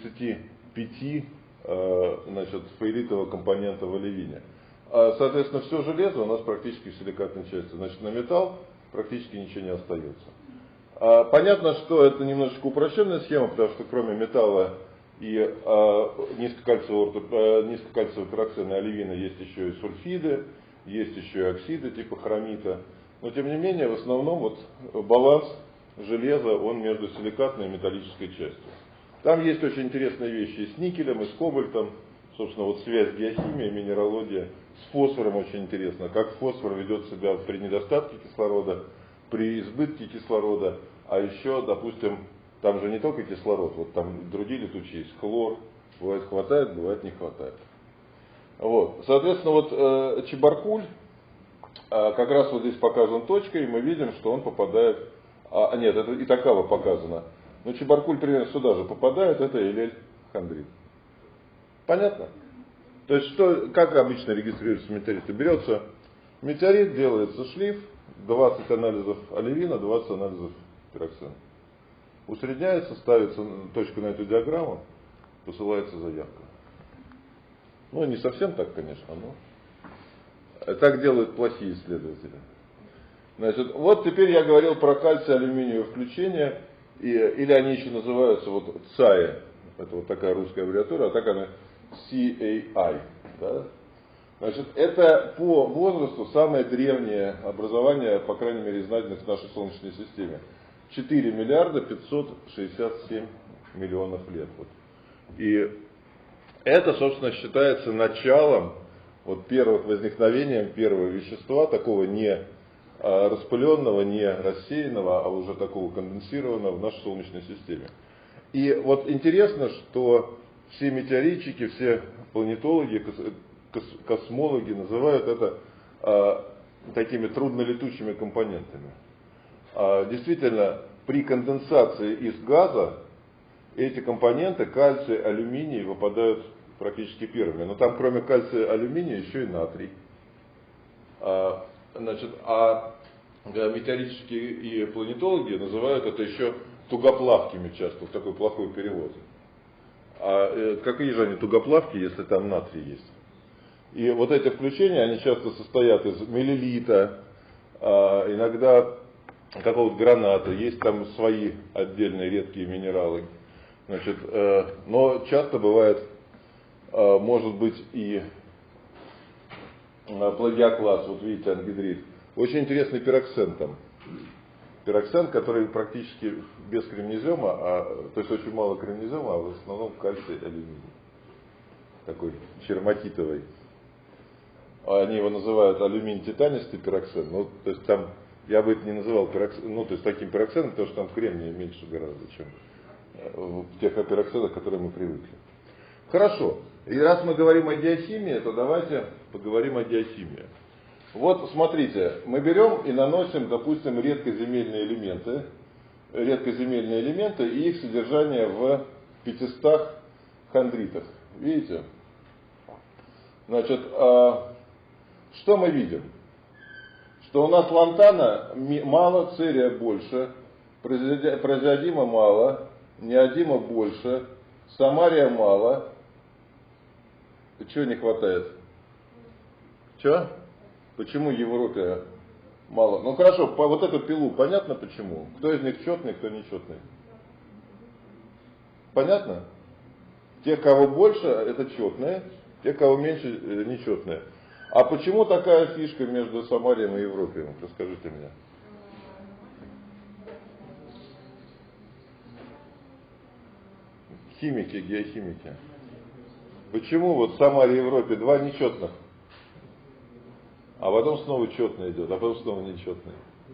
35% значит, фаэлитового компонента в оливине. Соответственно, все железо у нас практически в силикатной части. Значит, на металл практически ничего не остается. Понятно, что это немножечко упрощенная схема, потому что кроме металла и низкокальциевого пироксена и оливина есть еще и сульфиды, есть еще и оксиды типа хромита. Но тем не менее, в основном вот баланс железа, он между силикатной и металлической частью. Там есть очень интересные вещи и с никелем, и с кобальтом. Собственно, вот связь геохимии, минералогия. С фосфором очень интересно, как фосфор ведет себя при недостатке кислорода, при избытке кислорода. А еще, допустим, там же не только кислород, вот там другие летучие есть, хлор. Бывает хватает, бывает не хватает. Вот. Соответственно, вот чебаркуль как раз вот здесь показан точкой, и мы видим, что он попадает... нет, это Итакава показано. Но чебаркуль примерно сюда же попадает, это LL-хондрит. Понятно? То есть, как обычно регистрируется метеорит? Берется метеорит, делается шлиф, 20 анализов оливина, 20 анализов пироксена. Усредняется, ставится точка на эту диаграмму, посылается заявка. Ну, не совсем так, конечно, но так делают плохие исследователи. Значит, вот теперь я говорил про кальций-алюминиевое включение, или они еще называются вот ЦАЭ, это вот такая русская аббревиатура, а так она CAI. Да? Значит, это по возрасту самое древнее образование, по крайней мере, из найденных в нашей Солнечной системе. 4 миллиарда 567 миллионов лет. Вот. И это, собственно, считается началом вот, первых возникновением первого вещества, такого не распыленного, не рассеянного, а уже такого конденсированного в нашей Солнечной системе. И вот интересно, что все метеоритчики, все планетологи, космологи называют это такими труднолетучими компонентами. Действительно, при конденсации из газа эти компоненты, кальций, алюминий, выпадают практически первыми. Но там кроме кальция, алюминия еще и натрий. Значит, метеоритчики и планетологи называют это еще тугоплавкими часто. Вот такой плохой перевод. Какие же они тугоплавки, если там натрий есть? И вот эти включения, они часто состоят из миллилита, иногда какого-то граната, есть там свои отдельные редкие минералы. Значит, но часто бывает, может быть, и плагиоклаз, вот видите, ангидрид. Очень интересный пироксен там. Пироксен, который практически без кремнезема, то есть очень мало кремнезема, а в основном кальций, алюминий. Такой черматитовый. Они его называют алюминий-титанистый пироксен. Ну, то есть там, я бы это не называл пироксен, ну, то есть таким пироксеном, потому что там кремния меньше гораздо, чем в тех пироксенах, к которым мы привыкли. Хорошо. И раз мы говорим о геохимии, то давайте поговорим о геохимии. Вот смотрите, мы берем и наносим, допустим, редкоземельные элементы и их содержание в 500 хондритах. Видите? Значит, что мы видим? Что у нас лантана мало, церия больше, прозиодима мало, неодима больше, самария мало. Чего не хватает? Чего? Почему Европе мало? Ну хорошо, вот эту пилу понятно почему? Кто из них четный, кто нечетный? Понятно? Тех, кого больше, это четные, тех, кого меньше, нечетные. А почему такая фишка между Самарией и Европой? Расскажите мне. Химики, геохимики. Почему вот в Самаре и Европе два нечетных? А потом снова четный идет, а потом снова нечетный.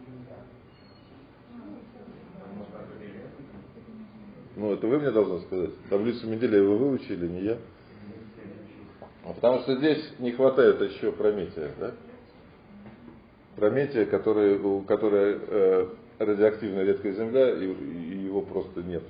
Ну, это вы мне должны сказать. Таблицу Менделеева вы выучили, не я. Потому что здесь не хватает еще прометия, да? Прометия, который радиоактивная редкая земля, и его просто нет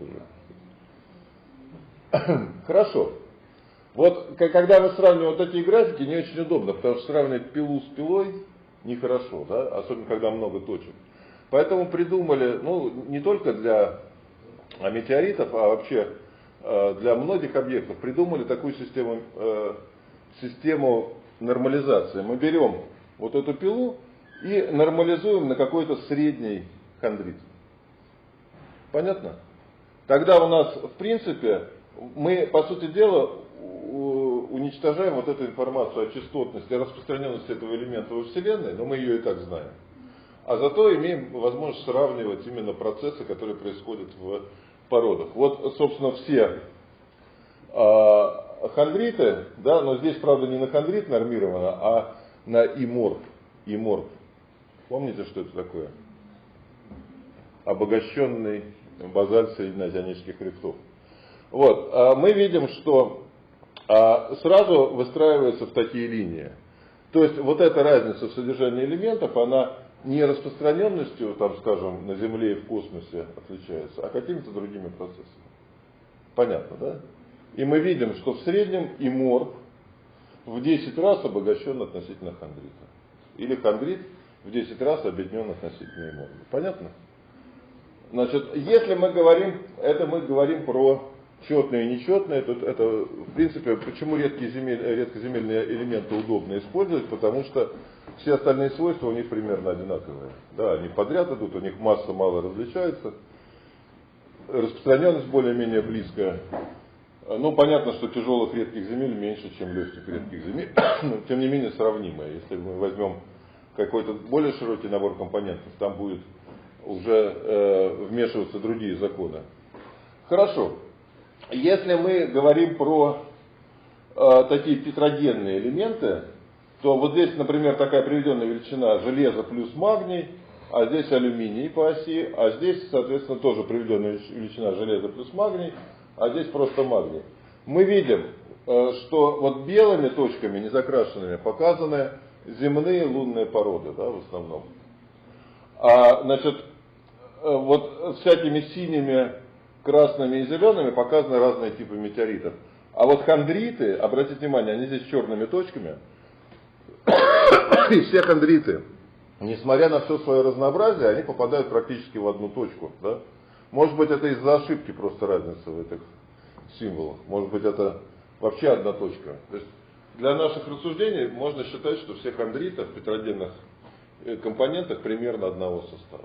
уже. Хорошо. Вот когда мы сравниваем вот такие графики, не очень удобно, потому что сравнивать пилу с пилой нехорошо, да? Особенно когда много точек. Поэтому придумали, ну, не только для метеоритов, а вообще для многих объектов, придумали такую систему нормализации. Мы берем вот эту пилу и нормализуем на какой-то средний хондрит. Понятно? Тогда у нас, в принципе, мы, по сути дела, уничтожаем вот эту информацию о частотности, о распространенности этого элемента во Вселенной, но мы ее и так знаем. А зато имеем возможность сравнивать именно процессы, которые происходят в породах. Вот, собственно, все хондриты, да, но здесь, правда, не на хондрит нормировано, а на иморф. Иморф. Помните, что это такое? Обогащенный базальт среднеокеанических хребтов. Вот, мы видим, что сразу выстраивается в такие линии. То есть вот эта разница в содержании элементов, она не распространенностью, там, скажем, на Земле и в космосе отличается, а какими-то другими процессами. Понятно, да? И мы видим, что в среднем иморф в 10 раз обогащен относительно хондрита. Или хондрит в 10 раз объединен относительно иморфа. Понятно? Значит, если мы говорим, это мы говорим про четные и нечетные, то это, в принципе, почему редкоземельные элементы удобно использовать, потому что все остальные свойства у них примерно одинаковые. Да, они подряд идут, у них масса мало различается, распространенность более-менее близкая, Ну, понятно, что тяжелых редких земель меньше, чем легких редких земель, но тем не менее сравнимое. Если мы возьмем какой-то более широкий набор компонентов, там будет уже вмешиваться другие законы. Хорошо. Если мы говорим про такие тетрагенные элементы, то вот здесь, например, такая приведенная величина железо плюс магний, а здесь алюминий по оси, а здесь, соответственно, тоже приведенная величина железо плюс магний, а здесь просто магний. Мы видим, что вот белыми точками, незакрашенными, показаны земные лунные породы, да, в основном. А, значит, вот всякими синими, красными и зелеными показаны разные типы метеоритов. А вот хондриты, обратите внимание, они здесь черными точками. И все хондриты, несмотря на все свое разнообразие, они попадают практически в одну точку. Да? Может быть, это из-за ошибки просто разница в этих символах. Может быть, это вообще одна точка. То есть для наших рассуждений можно считать, что все хондриты в тетрагенных компонентах примерно одного состава.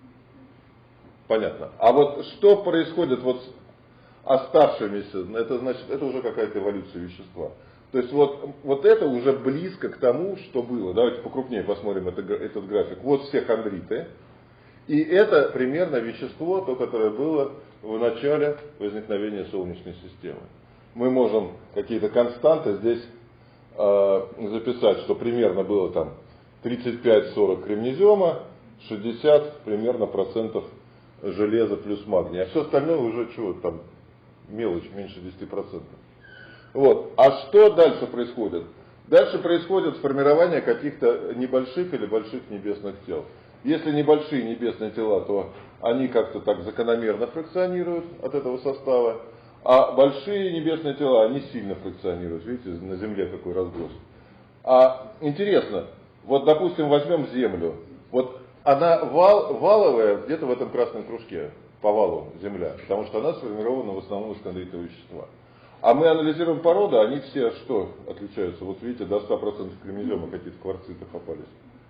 Понятно. А вот что происходит вот с оставшимися, это значит, это уже какая-то эволюция вещества. То есть вот это уже близко к тому, что было. Давайте покрупнее посмотрим этот график. Вот все хондриты. И это примерно вещество, то, которое было в начале возникновения Солнечной системы. Мы можем какие-то константы здесь записать, что примерно было там 35-40 кремнезема, 60 примерно процентов железа плюс магния. А все остальное уже чего там, мелочь, меньше 10%. Вот. А что дальше происходит? Дальше происходит формирование каких-то небольших или больших небесных тел. Если небольшие небесные тела, то они как-то так закономерно фракционируют от этого состава, а большие небесные тела, они сильно фракционируют. Видите, на Земле какой разброс. А интересно, вот допустим возьмем Землю, вот она валовая где-то в этом красном кружке, по валу Земля, потому что она сформирована в основном из хондритового вещества. А мы анализируем породы, они все что отличаются? Вот видите, до 100% кремнезема какие-то кварциты попались.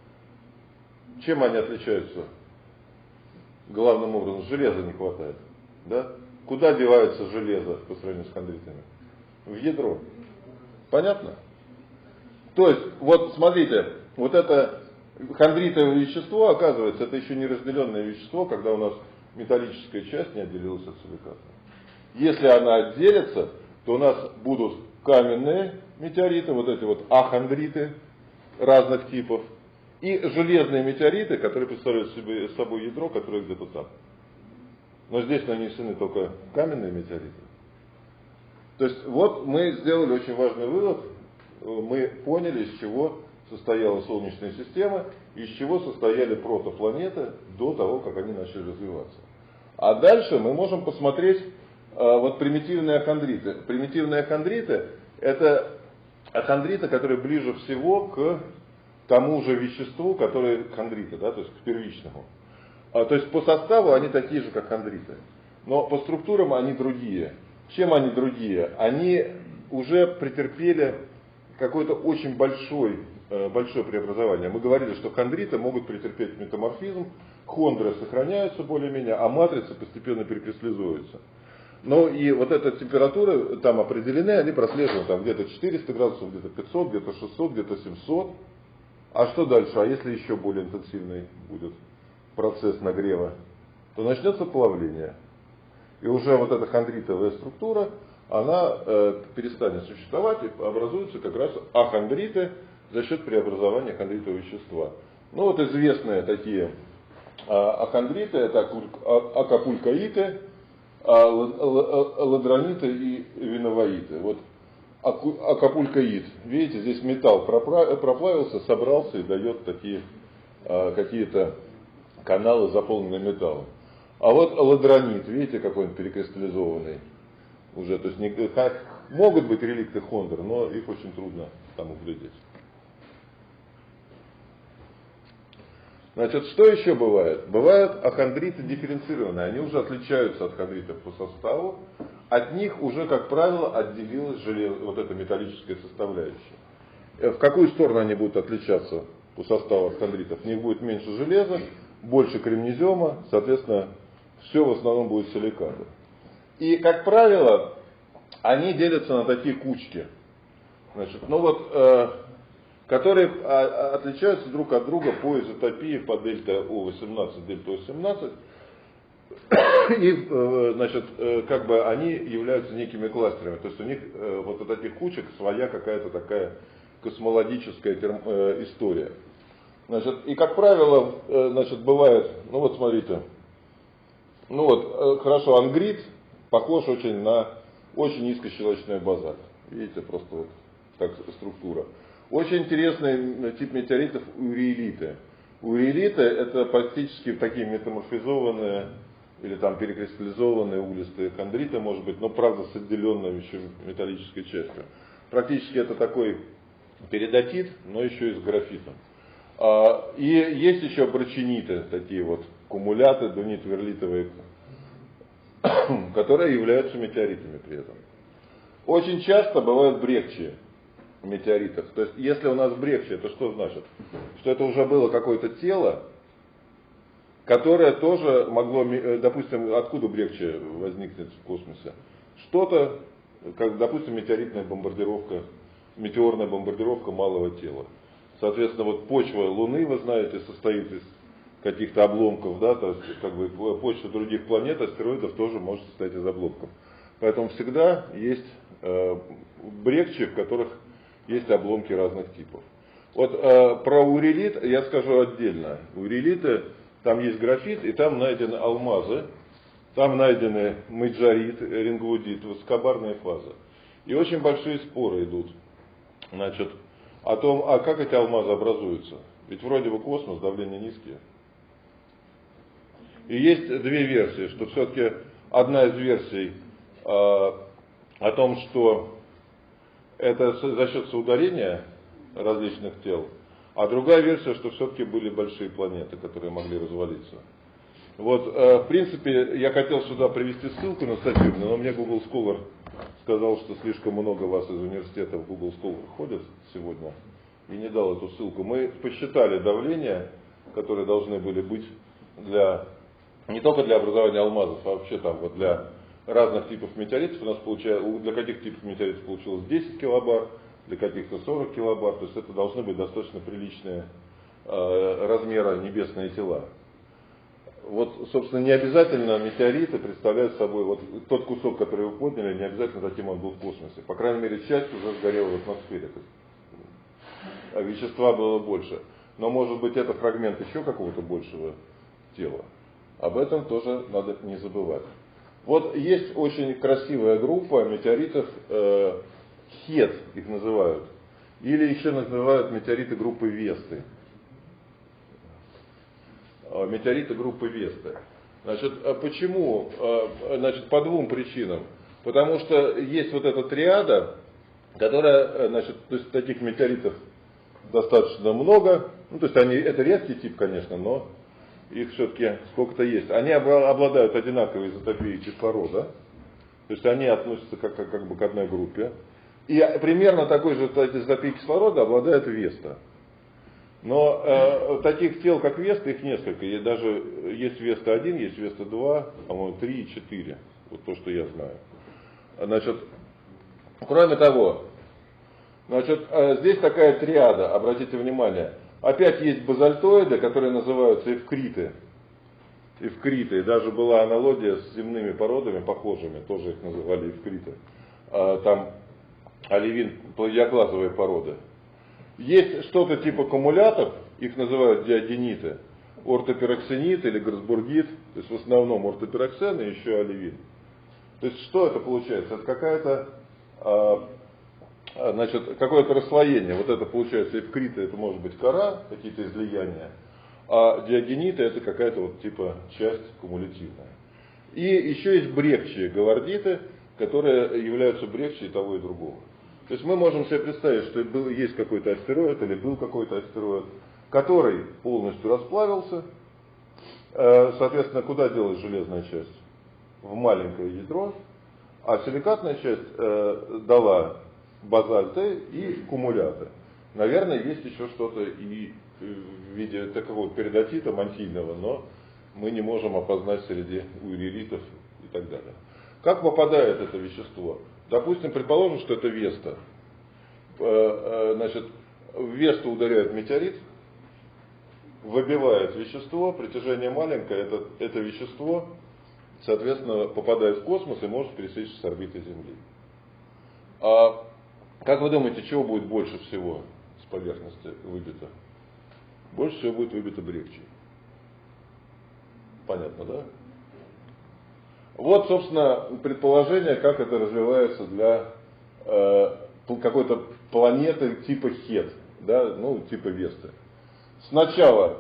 Чем они отличаются? Главным образом, железа не хватает. Да? Куда девается железо по сравнению с хондритами? В ядро. Понятно? То есть, вот смотрите, вот это хондритовое вещество, оказывается, это еще не разделенное вещество, когда у нас металлическая часть не отделилась от силиката. Если она отделится, то у нас будут каменные метеориты, вот эти вот ахондриты разных типов, и железные метеориты, которые представляют собой ядро, которое где-то там. Но здесь нанесены только каменные метеориты. То есть вот мы сделали очень важный вывод. Мы поняли, из чего состояла Солнечная система, из чего состояли протопланеты до того, как они начали развиваться. А дальше мы можем посмотреть вот примитивные ахондриты. Примитивные ахондриты — это ахондриты, которые ближе всего к тому же веществу, которое хондриты, да, то есть к первичному. То есть по составу они такие же, как хондриты. Но по структурам они другие. Чем они другие? Они уже претерпели какое-то очень большое преобразование. Мы говорили, что хондриты могут претерпеть метаморфизм, хондры сохраняются более-менее, а матрицы постепенно перекристаллизуются. Но и вот эта температура там определены, они прослеживают там где-то 400 градусов, где-то 500, где-то 600, где-то 700. А что дальше? А если еще более интенсивный будет процесс нагрева, то начнется плавление. И уже вот эта хондритовая структура, она перестанет существовать и образуются как раз ахондриты за счет преобразования хондритового вещества. Ну вот известные такие ахондриты, это акапулькаиты, ладрониты и виноваиты. Вот акапулькаид, видите, здесь металл проплавился, собрался и дает такие какие-то каналы, заполненные металлом. А вот ладронит, видите, какой он перекристаллизованный уже. То есть могут быть реликты хондр, но их очень трудно там углядеть. Значит, что еще бывает? Бывают ахондриты дифференцированные, они уже отличаются от хондритов по составу. От них уже, как правило, отделилась вот эта металлическая составляющая. В какую сторону они будут отличаться по составу от хондритов? В них будет меньше железа, больше кремнезема, соответственно, все в основном будет силикаты. И, как правило, они делятся на такие кучки. Значит, ну вот, которые отличаются друг от друга по изотопии, по дельта О18, дельта О17. И, значит, как бы они являются некими кластерами. То есть у них вот у таких кучек своя какая-то такая космологическая история. Значит, и как правило, значит, бывает, ну вот смотрите, ну вот, хорошо, ангрит похож очень на очень низкощелочной базальт. Видите, просто вот так структура. Очень интересный тип метеоритов уреилиты. Уреилиты это практически такие метаморфизованные или там перекристаллизованные углистые хондриты, может быть, но правда с отделенной еще металлической частью. Практически это такой перидотит, но еще и с графитом. И есть еще брачениты, такие вот кумуляты, дунит-верлитовые, которые являются метеоритами при этом. Очень часто бывают брекчи в метеоритах. То есть, если у нас брекчи, это что значит? Что это уже было какое-то тело, которое тоже могло, допустим, откуда брекчи возникнет в космосе? Что-то, как, допустим, метеоритная бомбардировка, метеорная бомбардировка малого тела. Соответственно, вот почва Луны, вы знаете, состоит из каких-то обломков, да, то есть как бы почва других планет, астероидов тоже может состоять из обломков. Поэтому всегда есть брекчи, в которых есть обломки разных типов. Вот про урелит я скажу отдельно. Урелиты, там есть графит, и там найдены алмазы, там найдены мэджорит, рингвудит, высокобарные фазы. И очень большие споры идут, значит, о том, а как эти алмазы образуются. Ведь вроде бы космос, давление низкие. И есть две версии, что все-таки одна из версий о том, что это за счет соударения различных тел, а другая версия, что все-таки были большие планеты, которые могли развалиться. Вот, в принципе, я хотел сюда привести ссылку на статью, но мне Google Scholar сказал, что слишком много вас из университета в Google Scholar ходят сегодня, и не дал эту ссылку. Мы посчитали давления, которые должны были быть для, не только для образования алмазов, а вообще там вот для разных типов метеоритов. У нас для каких типов метеоритов получилось 10 килобар, для каких-то 40 килобар. То есть это должны быть достаточно приличные размера небесные тела. Вот, собственно, не обязательно метеориты представляют собой, вот тот кусок, который вы подняли, не обязательно затем он был в космосе. По крайней мере, часть уже сгорела в атмосфере. А вещества было больше. Но может быть это фрагмент еще какого-то большего тела. Об этом тоже надо не забывать. Вот есть очень красивая группа метеоритов, Хет их называют. Или еще называют метеориты группы Весты. Метеориты группы Весты. Значит, почему? Значит, по двум причинам. Потому что есть вот эта триада, которая, значит, то есть таких метеоритов достаточно много. Ну, то есть это редкий тип, конечно, но их все-таки сколько-то есть. Они обладают одинаковой изотопией кислорода. То есть они относятся как бы к одной группе. И примерно такой же изотопией кислорода обладает Веста. Но таких тел, как Веста, их несколько. И даже есть Веста-1, есть Веста-2, по-моему, 3 и 4. Вот то, что я знаю. Значит, кроме того, значит, здесь такая триада, обратите внимание. Опять есть базальтоиды, которые называются эвкриты. Эвкриты. И даже была аналогия с земными породами, похожими, тоже их называли эвкриты. Там оливин, пладиоклазовые породы. Есть что-то типа кумулятов, их называют диогениты, ортопироксенит или грасбургит, то есть в основном ортопироксен и еще оливин. То есть что это получается? Это значит, какое-то расслоение. Вот это получается эвкриты, это может быть кора, какие-то излияния, а диогениты это какая-то вот типа часть кумулятивная. И еще есть брекчи, галардиты, которые являются брекчи и того и другого. То есть мы можем себе представить, что есть какой-то астероид или был какой-то астероид, который полностью расплавился. Соответственно, куда делась железная часть? В маленькое ядро. А силикатная часть дала базальты и кумуляты. Наверное, есть еще что-то и в виде такого перидотита мантийного, но мы не можем опознать среди уреилитов и так далее. Как попадает это вещество? Допустим, предположим, что это Веста. Значит, в Весту ударяет метеорит, выбивает вещество, притяжение маленькое, это вещество, соответственно, попадает в космос и может пересечься с орбитой Земли. А как вы думаете, чего будет больше всего с поверхности выбито? Больше всего будет выбито Брекчей. Понятно, да? Вот, собственно, предположение, как это развивается для какой-то планеты типа Хет, да, ну, типа Весты. Сначала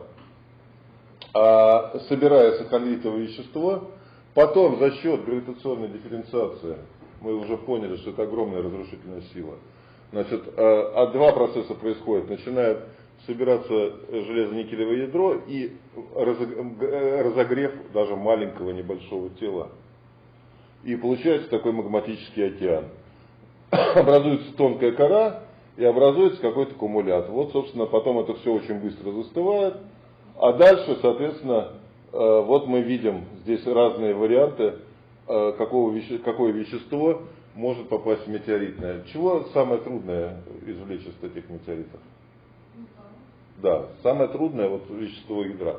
собирается хондритовое вещество, потом за счет гравитационной дифференциации, мы уже поняли, что это огромная разрушительная сила. Значит, два процесса происходят. Начинает собираться железо-никелевое ядро и разогрев даже маленького небольшого тела. И получается такой магматический океан. Образуется тонкая кора и образуется какой-то кумулят. Вот, собственно, потом это все очень быстро застывает. А дальше, соответственно, вот мы видим здесь разные варианты, какое вещество может попасть в метеоритное. Чего самое трудное извлечь из этих метеоритов? Да, самое трудное вот вещество ядра.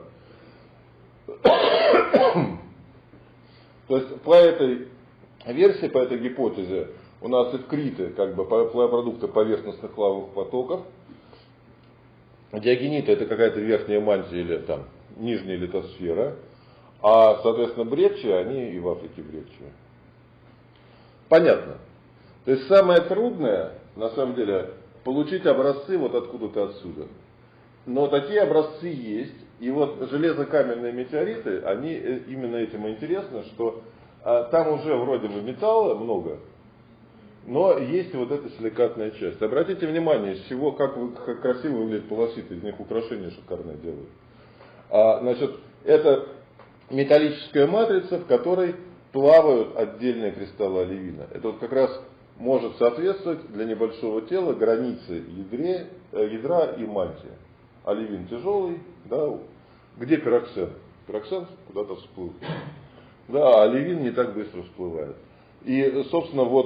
То есть по этой версии, по этой гипотезе, у нас эвкриты, как бы продукты поверхностных лавовых потоков. Диогениты — это какая-то верхняя мантия или там нижняя литосфера. А, соответственно, Брекчи, они и в Африке Брекчи. Понятно. То есть самое трудное, на самом деле, получить образцы вот откуда-то отсюда. Но такие образцы есть. И вот железокаменные метеориты, они именно этим и интересны, что там уже вроде бы металла много, но есть вот эта силикатная часть. Обратите внимание, из чего, как красиво выглядят полоситы, из них украшения шикарные делают. Значит, это металлическая матрица, в которой плавают отдельные кристаллы оливина. Это вот как раз может соответствовать для небольшого тела границе ядра и мантии. Оливин тяжелый, да, где пироксен? Пироксен куда-то всплыл. Да, а оливин не так быстро всплывает. И, собственно, вот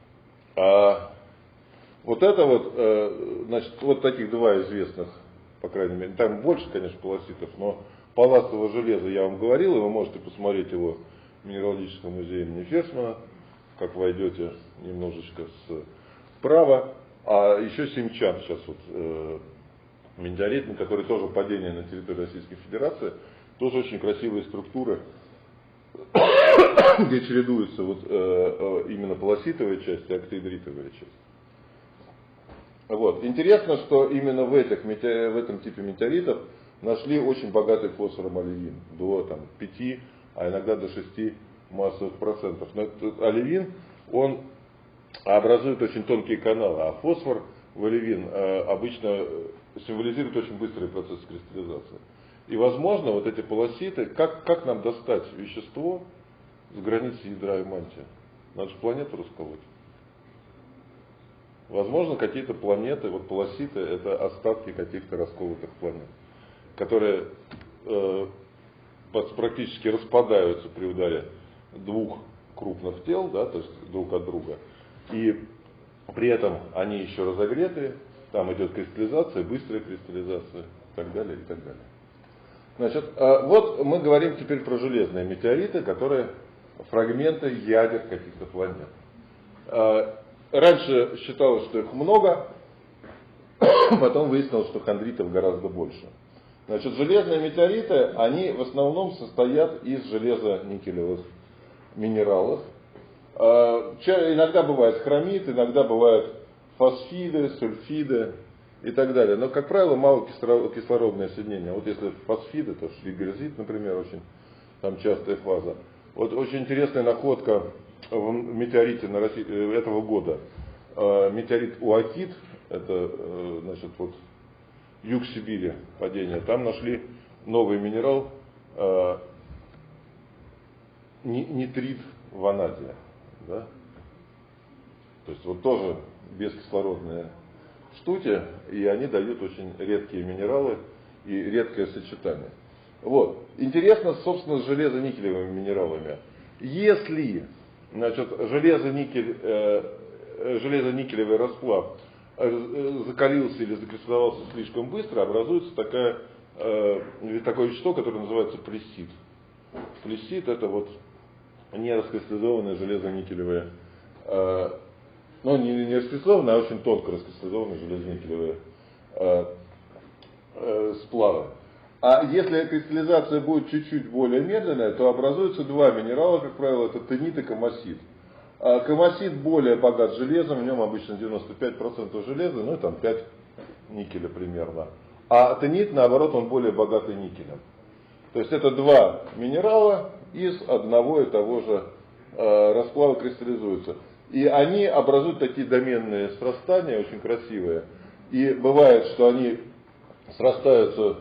это вот, значит, вот таких два известных, по крайней мере, там больше, конечно, полоситов, но палласового железа я вам говорил, и вы можете посмотреть его в Минералогическом музее имени Ферсмана, как войдете немножечко справа. А еще Симчан сейчас вот метеорит, который тоже падение на территории Российской Федерации, тоже очень красивые структуры, где чередуются вот именно полоситовая часть и октаэдритовая часть. Вот. Интересно, что именно в этом типе метеоритов нашли очень богатый фосфором оливин, до 5, а иногда до 6 массовых процентов. Но оливин, он образует очень тонкие каналы, а фосфор в оливин обычно символизирует очень быстрый процесс кристаллизации. И, возможно, вот эти полоситы, как нам достать вещество с границы ядра и мантии? Надо же планету расколоть. Возможно, какие-то планеты, вот полоситы, это остатки каких-то расколотых планет, которые практически распадаются при ударе двух крупных тел, да, то есть друг от друга. И при этом они еще разогреты, там идет кристаллизация, быстрая кристаллизация и так далее, и так далее. Значит, вот мы говорим теперь про железные метеориты, которые фрагменты ядер каких-то планет. Раньше считалось, что их много, потом выяснилось, что хондритов гораздо больше. Значит, железные метеориты, они в основном состоят из железо-никелевых минералов. Иногда бывает хромит, иногда бывают фосфиды, сульфиды и так далее. Но, как правило, мало кислородное соединение. Вот если фосфиды, то швиберзит, например, очень там частая фаза. Вот очень интересная находка в метеорите этого года. Метеорит Уакит, это, значит, вот юг Сибири, падение. Там нашли новый минерал нитрит ванадия. Да? То есть вот тоже бескислородные штуки, и они дают очень редкие минералы и редкое сочетание. Вот. Интересно, собственно, с железо-никелевыми минералами. Если Значит, железо-никелевый расплав закалился или закристаллизовался слишком быстро, образуется такое вещество, которое называется плессит. Плессит — это вот нераскристаллизованное железо-никелевое, ну не раскристаллизованное, а очень тонко раскристаллизованное железо-никелевое сплавы. А если кристаллизация будет чуть-чуть более медленная, то образуются два минерала, как правило, это тенит и камасит. Камасит более богат железом, в нем обычно 95% железа, ну и там 5 никеля примерно. А тенит, наоборот, он более богатый никелем. То есть это два минерала из одного и того же расплава кристаллизуются. И они образуют такие доменные срастания, очень красивые. И бывает, что они срастаются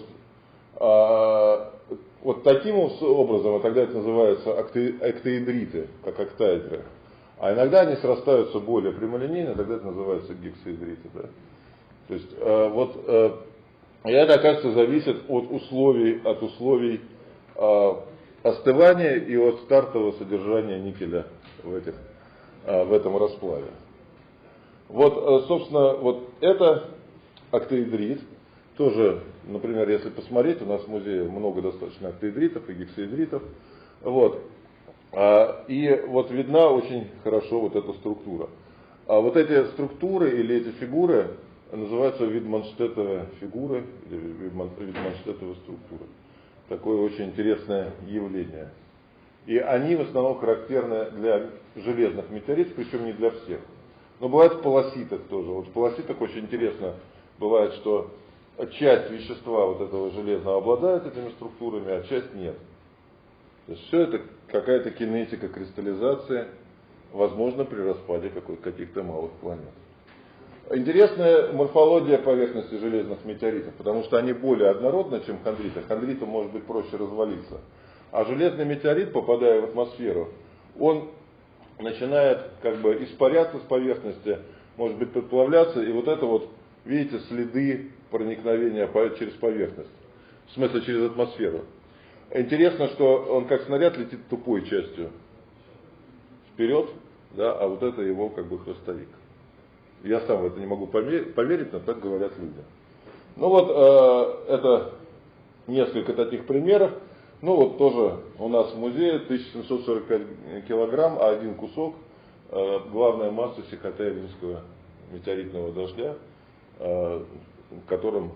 вот таким образом, а тогда это называется октаэдриты, как октаэдры. А иногда они срастаются более прямолинейно, тогда это называется гексаэдриты. Да? То есть и это, оказывается, зависит от условий остывания и от стартового содержания никеля в этом расплаве. Вот, собственно, вот это октаэдрит. Тоже, например, если посмотреть, у нас в музее много достаточно октаэдритов и гексаэдритов. Вот. И вот видна очень хорошо вот эта структура. А вот эти структуры или эти фигуры называются Видманштеттовые фигуры или Видманштеттовые структуры. Такое очень интересное явление. И они в основном характерны для железных метеоритов, причем не для всех. Но бывает в полоситах тоже. Вот в полоситах очень интересно бывает, что часть вещества вот этого железного обладает этими структурами, а часть нет. То есть все это какая-то кинетика кристаллизации, возможно, при распаде каких-то малых планет. Интересная морфология поверхности железных метеоритов, потому что они более однородны, чем хондриты. Хондриту может быть проще развалиться. А железный метеорит, попадая в атмосферу, он начинает как бы испаряться с поверхности, может быть подплавляться, и вот это вот, видите, следы проникновения через поверхность, в смысле через атмосферу. Интересно, что он как снаряд летит тупой частью вперед, да, а вот это его как бы хвостовик. Я сам в это не могу поверить, но так говорят люди. Ну вот, это несколько таких примеров. Ну вот тоже у нас в музее 1745 килограмм, а один кусок, главная масса Сихотэ-Римского метеоритного дождя, который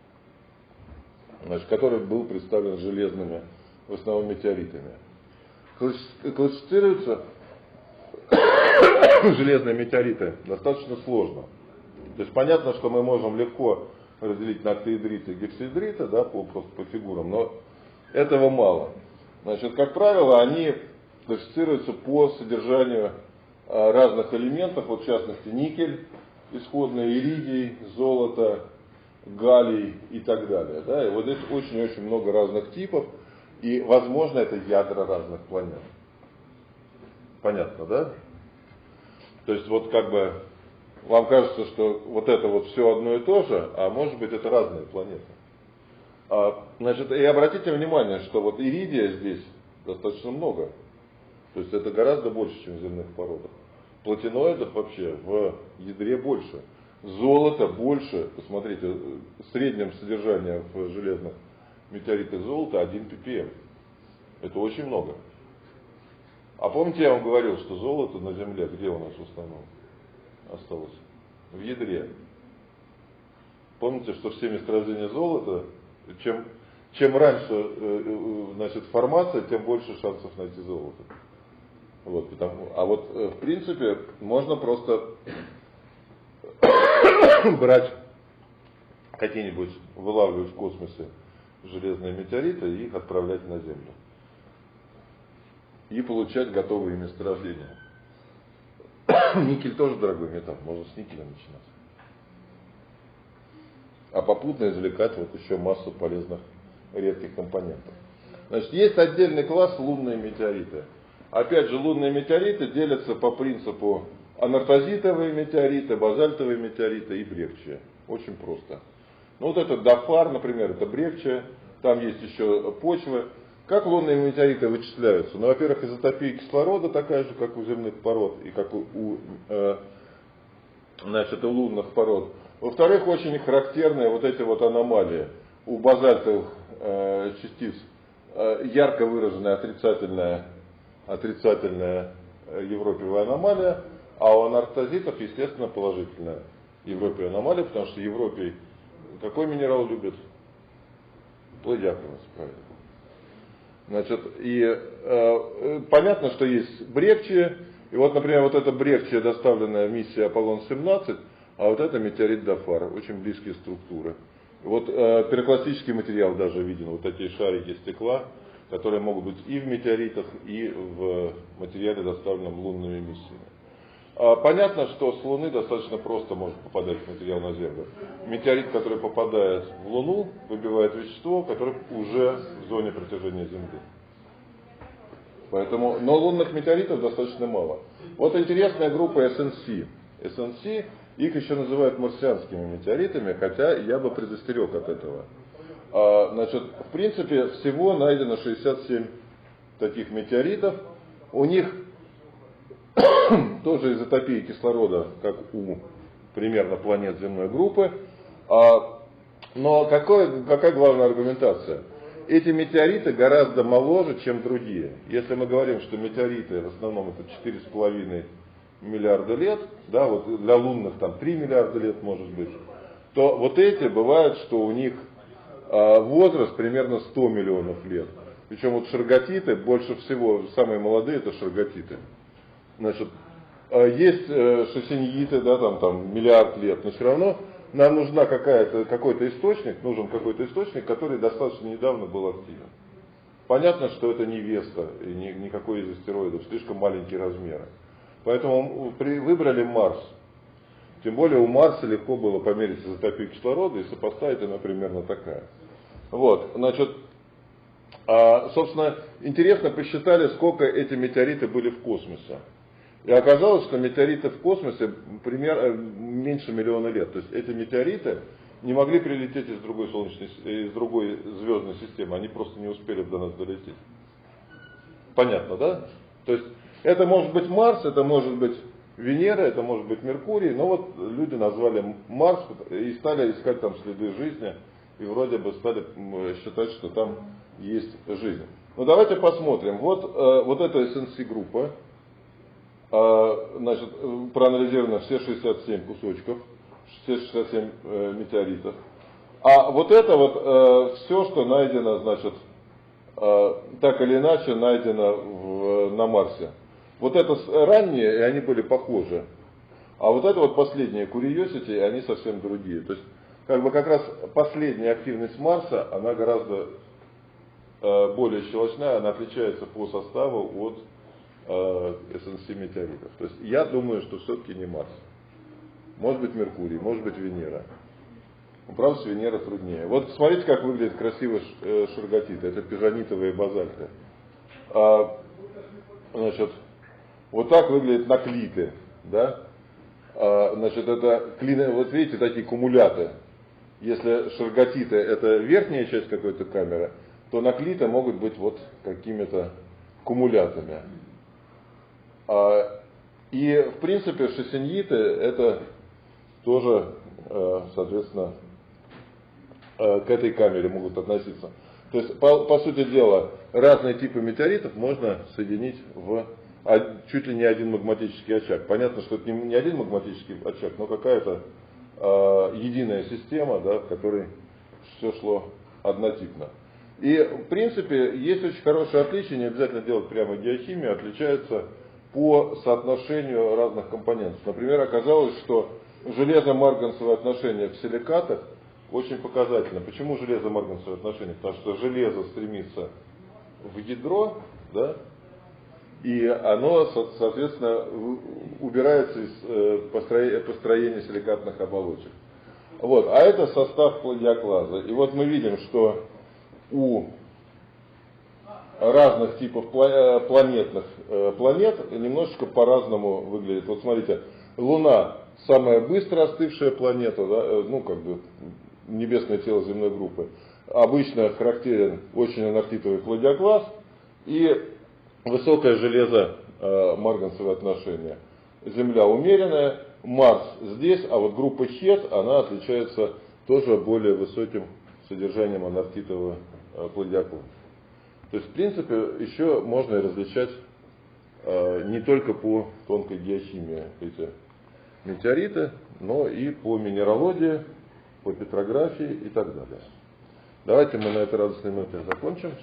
был представлен железными, в основном метеоритами. Классифицируются железные метеориты достаточно сложно. То есть понятно, что мы можем легко разделить на октаэдриты и гексаэдриты, да, просто по фигурам, но этого мало. Значит, как правило, они классифицируются по содержанию разных элементов, вот в частности никель, исходный иридий, золото, галлий и так далее. Да? И вот здесь очень-очень много разных типов, и, возможно, это ядра разных планет. Понятно, да? То есть вот как бы вам кажется, что вот это вот все одно и то же, а может быть это разные планеты. Значит, и обратите внимание, что вот иридия здесь достаточно много. То есть это гораздо больше, чем в земных породах. Платиноидов вообще в ядре больше. Золота больше. Посмотрите, в среднем содержание в железных метеоритах золота 1 ppm. Это очень много. А помните, я вам говорил, что золото на Земле где у нас в основном осталось? В ядре. Помните, что все месторождения золота, чем раньше значит, формация, тем больше шансов найти золото. Вот, а вот в принципе можно просто брать какие-нибудь, вылавливать в космосе железные метеориты и их отправлять на Землю. И получать готовые месторождения. Никель тоже дорогой металл, можно с никеля начинать. А попутно извлекать вот еще массу полезных редких компонентов. Значит, есть отдельный класс лунные метеориты. Опять же, лунные метеориты делятся по принципу анартозитовые метеориты, базальтовые метеориты и брекчия. Очень просто. Ну вот этот дафар, например, это брекчия, там есть еще почвы. Как лунные метеориты вычисляются? Ну, во-первых, изотопия кислорода такая же, как у земных пород и как у лунных пород. Во-вторых, очень характерные вот эти вот аномалии. У базальтовых частиц ярко выраженная отрицательная европиевая аномалия, а у анарктозитов, естественно, положительная европиевая аномалия, потому что европий какой минерал любит? Палладиаконус, правильно. Значит, понятно, что есть брекчия, и вот, например, вот эта брекчия, доставленная миссией Аполлон-17, а вот это метеорит Дафар, очень близкие структуры. Вот пирокластический материал даже виден, вот такие шарики стекла, которые могут быть и в метеоритах, и в материале, доставленном лунными миссиями. Понятно, что с Луны достаточно просто может попадать материал на Землю. Метеорит, который попадает в Луну, выбивает вещество, которое уже в зоне притяжения Земли. Поэтому, но лунных метеоритов достаточно мало. Вот интересная группа SNC. SNC, их еще называют марсианскими метеоритами, хотя я бы предостерег от этого. Значит, в принципе, всего найдено 67 таких метеоритов. У них тоже изотопия кислорода, как у примерно планет земной группы. Но какая главная аргументация? Эти метеориты гораздо моложе, чем другие. Если мы говорим, что метеориты в основном это 4,5 миллиарда лет, да, вот для лунных там 3 миллиарда лет может быть, то вот эти бывает, что у них возраст примерно 100 миллионов лет. Причем вот шарготиты, больше всего, самые молодые это шарготиты. Значит, есть шассиньиты, да, там миллиард лет, но все равно нам нужна какой-то источник, который достаточно недавно был активен. Понятно, что это не Веста и никакой из астероидов, слишком маленькие размеры. Поэтому выбрали Марс. Тем более у Марса легко было померить изотопию кислорода и сопоставить, она примерно такая. Вот, значит, собственно, интересно посчитали, сколько эти метеориты были в космосе. И оказалось, что метеориты в космосе примерно меньше миллиона лет. То есть эти метеориты не могли прилететь из другой звездной системы, они просто не успели до нас долететь. Понятно, да? То есть это может быть Марс, это может быть Венера, это может быть Меркурий, но вот люди назвали Марс и стали искать там следы жизни, и вроде бы стали считать, что там есть жизнь. Ну давайте посмотрим. Вот эта SNC-группа. Значит, проанализировано все 67 кусочков, все 67 метеоритов. А вот это вот все, что найдено, значит, так или иначе найдено на Марсе. Вот это ранние, и они были похожи. А вот это вот последние Curiosity, и они совсем другие. То есть, как раз последняя активность Марса, она гораздо более щелочная, она отличается по составу от SNC метеоритов. То есть я думаю, что все-таки не Марс. Может быть Меркурий, может быть Венера. Но, правда, с Венерой труднее. Вот смотрите, как выглядят красивые шарготиты. Это пижонитовые базальты. Значит, вот так выглядят наклиты. Да? Значит, это клины, вот видите, такие кумуляты. Если шарготиты это верхняя часть какой-то камеры, то наклиты могут быть вот какими-то кумулятами. И, в принципе, шассиньиты это тоже, соответственно, к этой камере могут относиться. То есть, по сути дела, разные типы метеоритов можно соединить в чуть ли не один магматический очаг. Понятно, что это не один магматический очаг, но какая-то единая система, да, в которой все шло однотипно. И, в принципе, есть очень хорошее отличие, не обязательно делать прямо геохимию, отличается по соотношению разных компонентов. Например, оказалось, что железо-марганцевое отношение в силикатах очень показательно. Почему железо-марганцевое отношение? Потому что железо стремится в ядро, да, и оно, соответственно, убирается из построения силикатных оболочек. Вот. А это состав палладиоклаза. И вот мы видим, что у разных типов планет немножечко по-разному выглядит. Вот смотрите, Луна самая быстро остывшая планета, да, ну как бы небесное тело земной группы. обычно характерен очень анарктитовый хладиоклаз и высокое железо марганцевое отношение. Земля умеренная, Марс здесь, а вот группа Хет, она отличается тоже более высоким содержанием анарктитового хладиоклаза. То есть, в принципе, еще можно и различать не только по тонкой геохимии эти метеориты, но и по минералогии, по петрографии и так далее. Давайте мы на этой радостной ноте закончим.